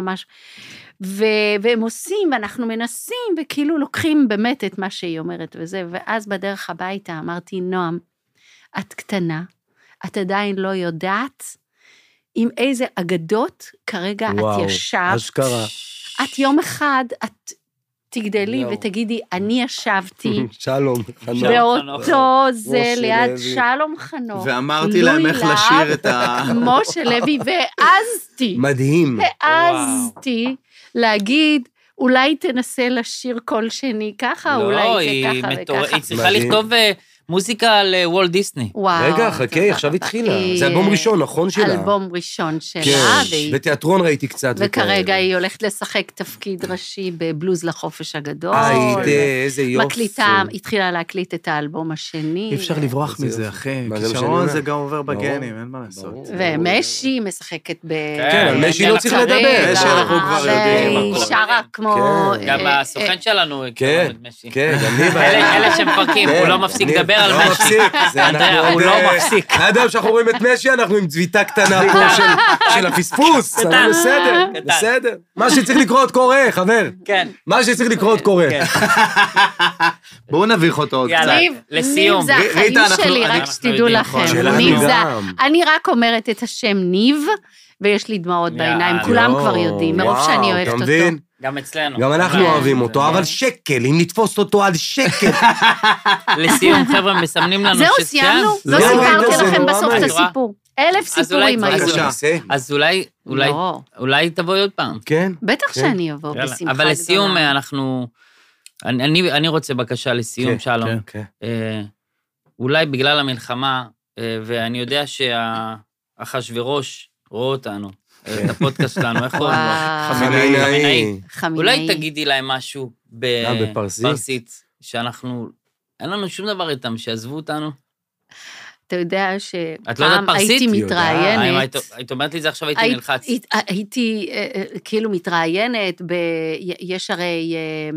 C: והם עושים, ואנחנו מנסים, וכאילו לוקחים באמת את מה שהיא אומרת וזה, ואז בדרך הביתה אמרתי, נועם, את קטנה, את עדיין לא יודעת, עם איזה אגדות כרגע את ישבת, את יום אחד, את תגדלי ותגידי, אני ישבתי,
D: שלום,
C: באותו זה ליד שלום חנוך,
B: ואמרתי להם איך לשיר את
C: משה לוי, והעזתי,
D: מדהים,
C: העזתי להגיד, אולי תנסה לשיר קול שני ככה, אולי זה ככה וככה.
A: היא צריכה לכתוב מוזיקה על וולט דיסני.
D: רגע, חכה, עכשיו התחילה. זה אלבום ראשון, נכון שלה?
C: אלבום ראשון שלה.
D: בתיאטרון ראיתי קצת.
C: וכרגע היא הולכת לשחק תפקיד ראשי בבלוז לחופש הגדול.
D: איזה יופי.
C: מקליטה, התחילה להקליט את האלבום השני.
B: אי אפשר לברוח מזה, אחי. כישרון זה גם עובר בגנים, אין מה לעשות.
C: ומשי משחקת
D: כן, על משי לא צריך לדבר.
B: משי אנחנו כבר יודעים.
C: שרה כמו...
A: גם הסוכן שלנו,
D: כן,
A: אלה שמפרקים, הוא לא מפסיק לדבר נדבר על משי. אנדריה, הוא לא מפסיק.
D: עד היום שאנחנו רואים את משי, אנחנו עם צביטה קטנה פה של הפספוס. בסדר, בסדר. מה שצריך לקרות קורה, חבר.
A: כן.
D: מה שצריך לקרות קורה.
B: בואו נביך אותו עוד קצת.
A: לסיום.
C: ניב זה החיים שלי, רק שתדעו לכם. ניב זה... אני רק אומרת את השם ניב, ויש לי דמעות בעיניים, כולם כבר יודעים, מרוב שאני אוהבת אותו.
A: גם אצלנו.
D: גם אנחנו אוהבים אותו, אבל שקל, אם נתפוס אותו על שקל.
A: לסיום, חבר'ה, מסמנים לנו
C: זהו, סיימנו? לא סיפרתי לכם בסוף את הסיפור. 1000 סיפורים היו.
A: אז אולי תבואי עוד פעם.
D: כן.
C: בטח שאני אבוא, בשמחה גדולה.
A: אבל לסיום, אני רוצה בקשה לסיום, שלום. אולי בגלל המלחמה, ואני יודע שהאחשוורוש רואה אותנו, את הפודקאסט שלנו, איך קוראים לו?
D: חמינאי.
A: אולי תגידי להם משהו בפרסית, שאנחנו, אין לנו שום דבר איתם, שעזבו אותנו.
C: אתה יודע שפעם הייתי מתראיינת.
A: היית אומרת לי זה עכשיו, הייתי נלחץ.
C: הייתי כאילו מתראיינת, יש הרי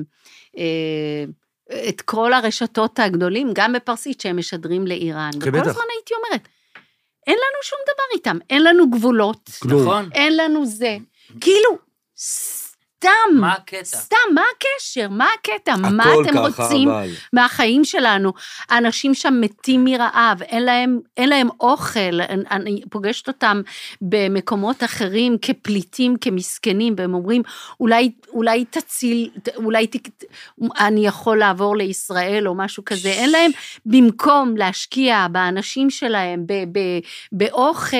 C: את כל הרשתות הגדולים, גם בפרסית, שהם משדרים לאיראן. וכל הזמן הייתי אומרת, אין לנו שום דבר איתם, אין לנו גבולות.
A: נכון.
C: אין לנו זה. כאילו, סתם.
A: מה הקטע?
C: סתם, מה הקשר? מה הקטע? מה אתם רוצים מהחיים שלנו? האנשים שם מתים מרעב, אין להם אוכל, אני פוגשת אותם במקומות אחרים כפליטים, כמסכנים, והם אומרים, אולי תציל, אני יכול לעבור לישראל או משהו כזה, אין להם, במקום להשקיע באנשים שלהם, באוכל,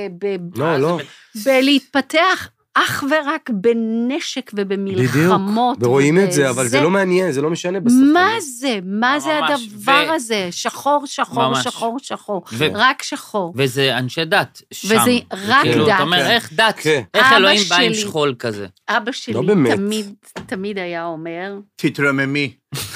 C: בלהתפתח, אך ורק בנשק ובמלחמות.
D: בדיוק, ורואים את זה, אבל זה לא מעניין, זה לא משנה בסוף.
C: מה זה? מה זה הדבר הזה? שחור, שחור, שחור, שחור. רק שחור.
A: וזה אנשי דת שם.
C: וזה רק דת.
A: אתה אומר, איך דת? איך אלוהים בא עם שכול כזה?
C: אבא שלי תמיד היה אומר...
B: תתרממי.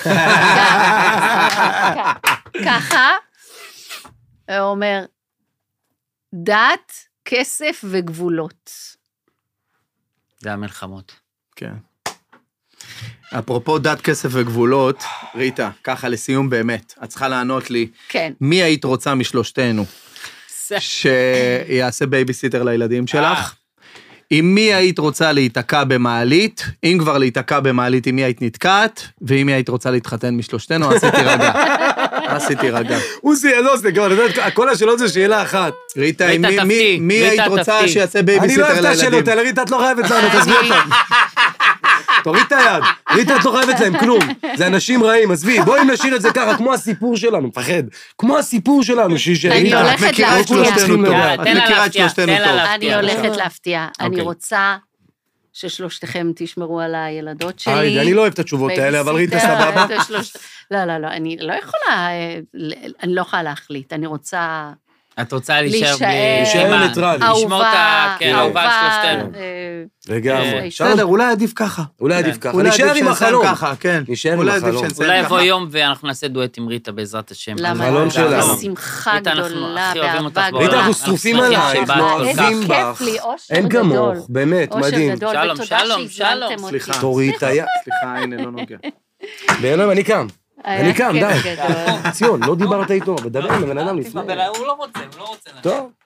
C: ככה, הוא אומר, דת, כסף וגבולות.
A: זה המלחמות.
B: כן. אפרופו דת, כסף וגבולות, ריטה, ככה לסיום באמת, את צריכה לענות לי,
C: כן.
B: מי היית רוצה משלושתנו שיעשה בייביסיטר לילדים שלך? עם מי היית רוצה להיתקע במעלית? אם כבר להיתקע במעלית, עם מי היית נתקעת? ועם מי היית רוצה להתחתן משלושתנו? עשיתי רגע.
D: לא, זה כבר, כל השאלות זה שאלה אחת.
B: ריטה, מי היית רוצה שיעשה בייביסיטר לילדים?
D: אני לא אוהב את השאלות האלה, ריטה, את לא חייבת לנו, תעזבי אותם. תוריד את היד, ריטה, את לא חייבת להם כלום. זה אנשים רעים, עזבי, בואי נשאיר את זה ככה, כמו הסיפור שלנו, מפחד. כמו הסיפור שלנו,
C: אני הולכת להפתיע.
A: אני
C: הולכת להפתיע. אני רוצה ששלושתכם תשמרו על הילדות שלי.
D: אני לא אוהב את התשובות האלה, אבל ריטה סבבה.
C: לא, אני לא יכולה להחליט, אני רוצה...
A: את רוצה להישאר
D: ניטרלי.
C: אהובה
A: שלושתנו.
D: לגמרי.
B: בסדר, אולי עדיף ככה.
D: נשאר עם החלום.
A: אולי יבוא יום ואנחנו נעשה דואט עם ריטה בעזרת השם.
D: החלום שלה.
C: שמחה גדולה,
A: באהבה גדולה.
D: ריטה, אנחנו שרופים עלייך, אנחנו אוהבים בך. אין כמוך, באמת, מדהים.
A: שלום.
B: סליחה.
D: תוריד את היד.
B: סליחה, הנה, לא נוגע.
D: באלוהים, אני קם, די. ציון, לא דיברת איתו, מדבר עם הבן אדם לפני.
A: הוא לא רוצה.
D: טוב.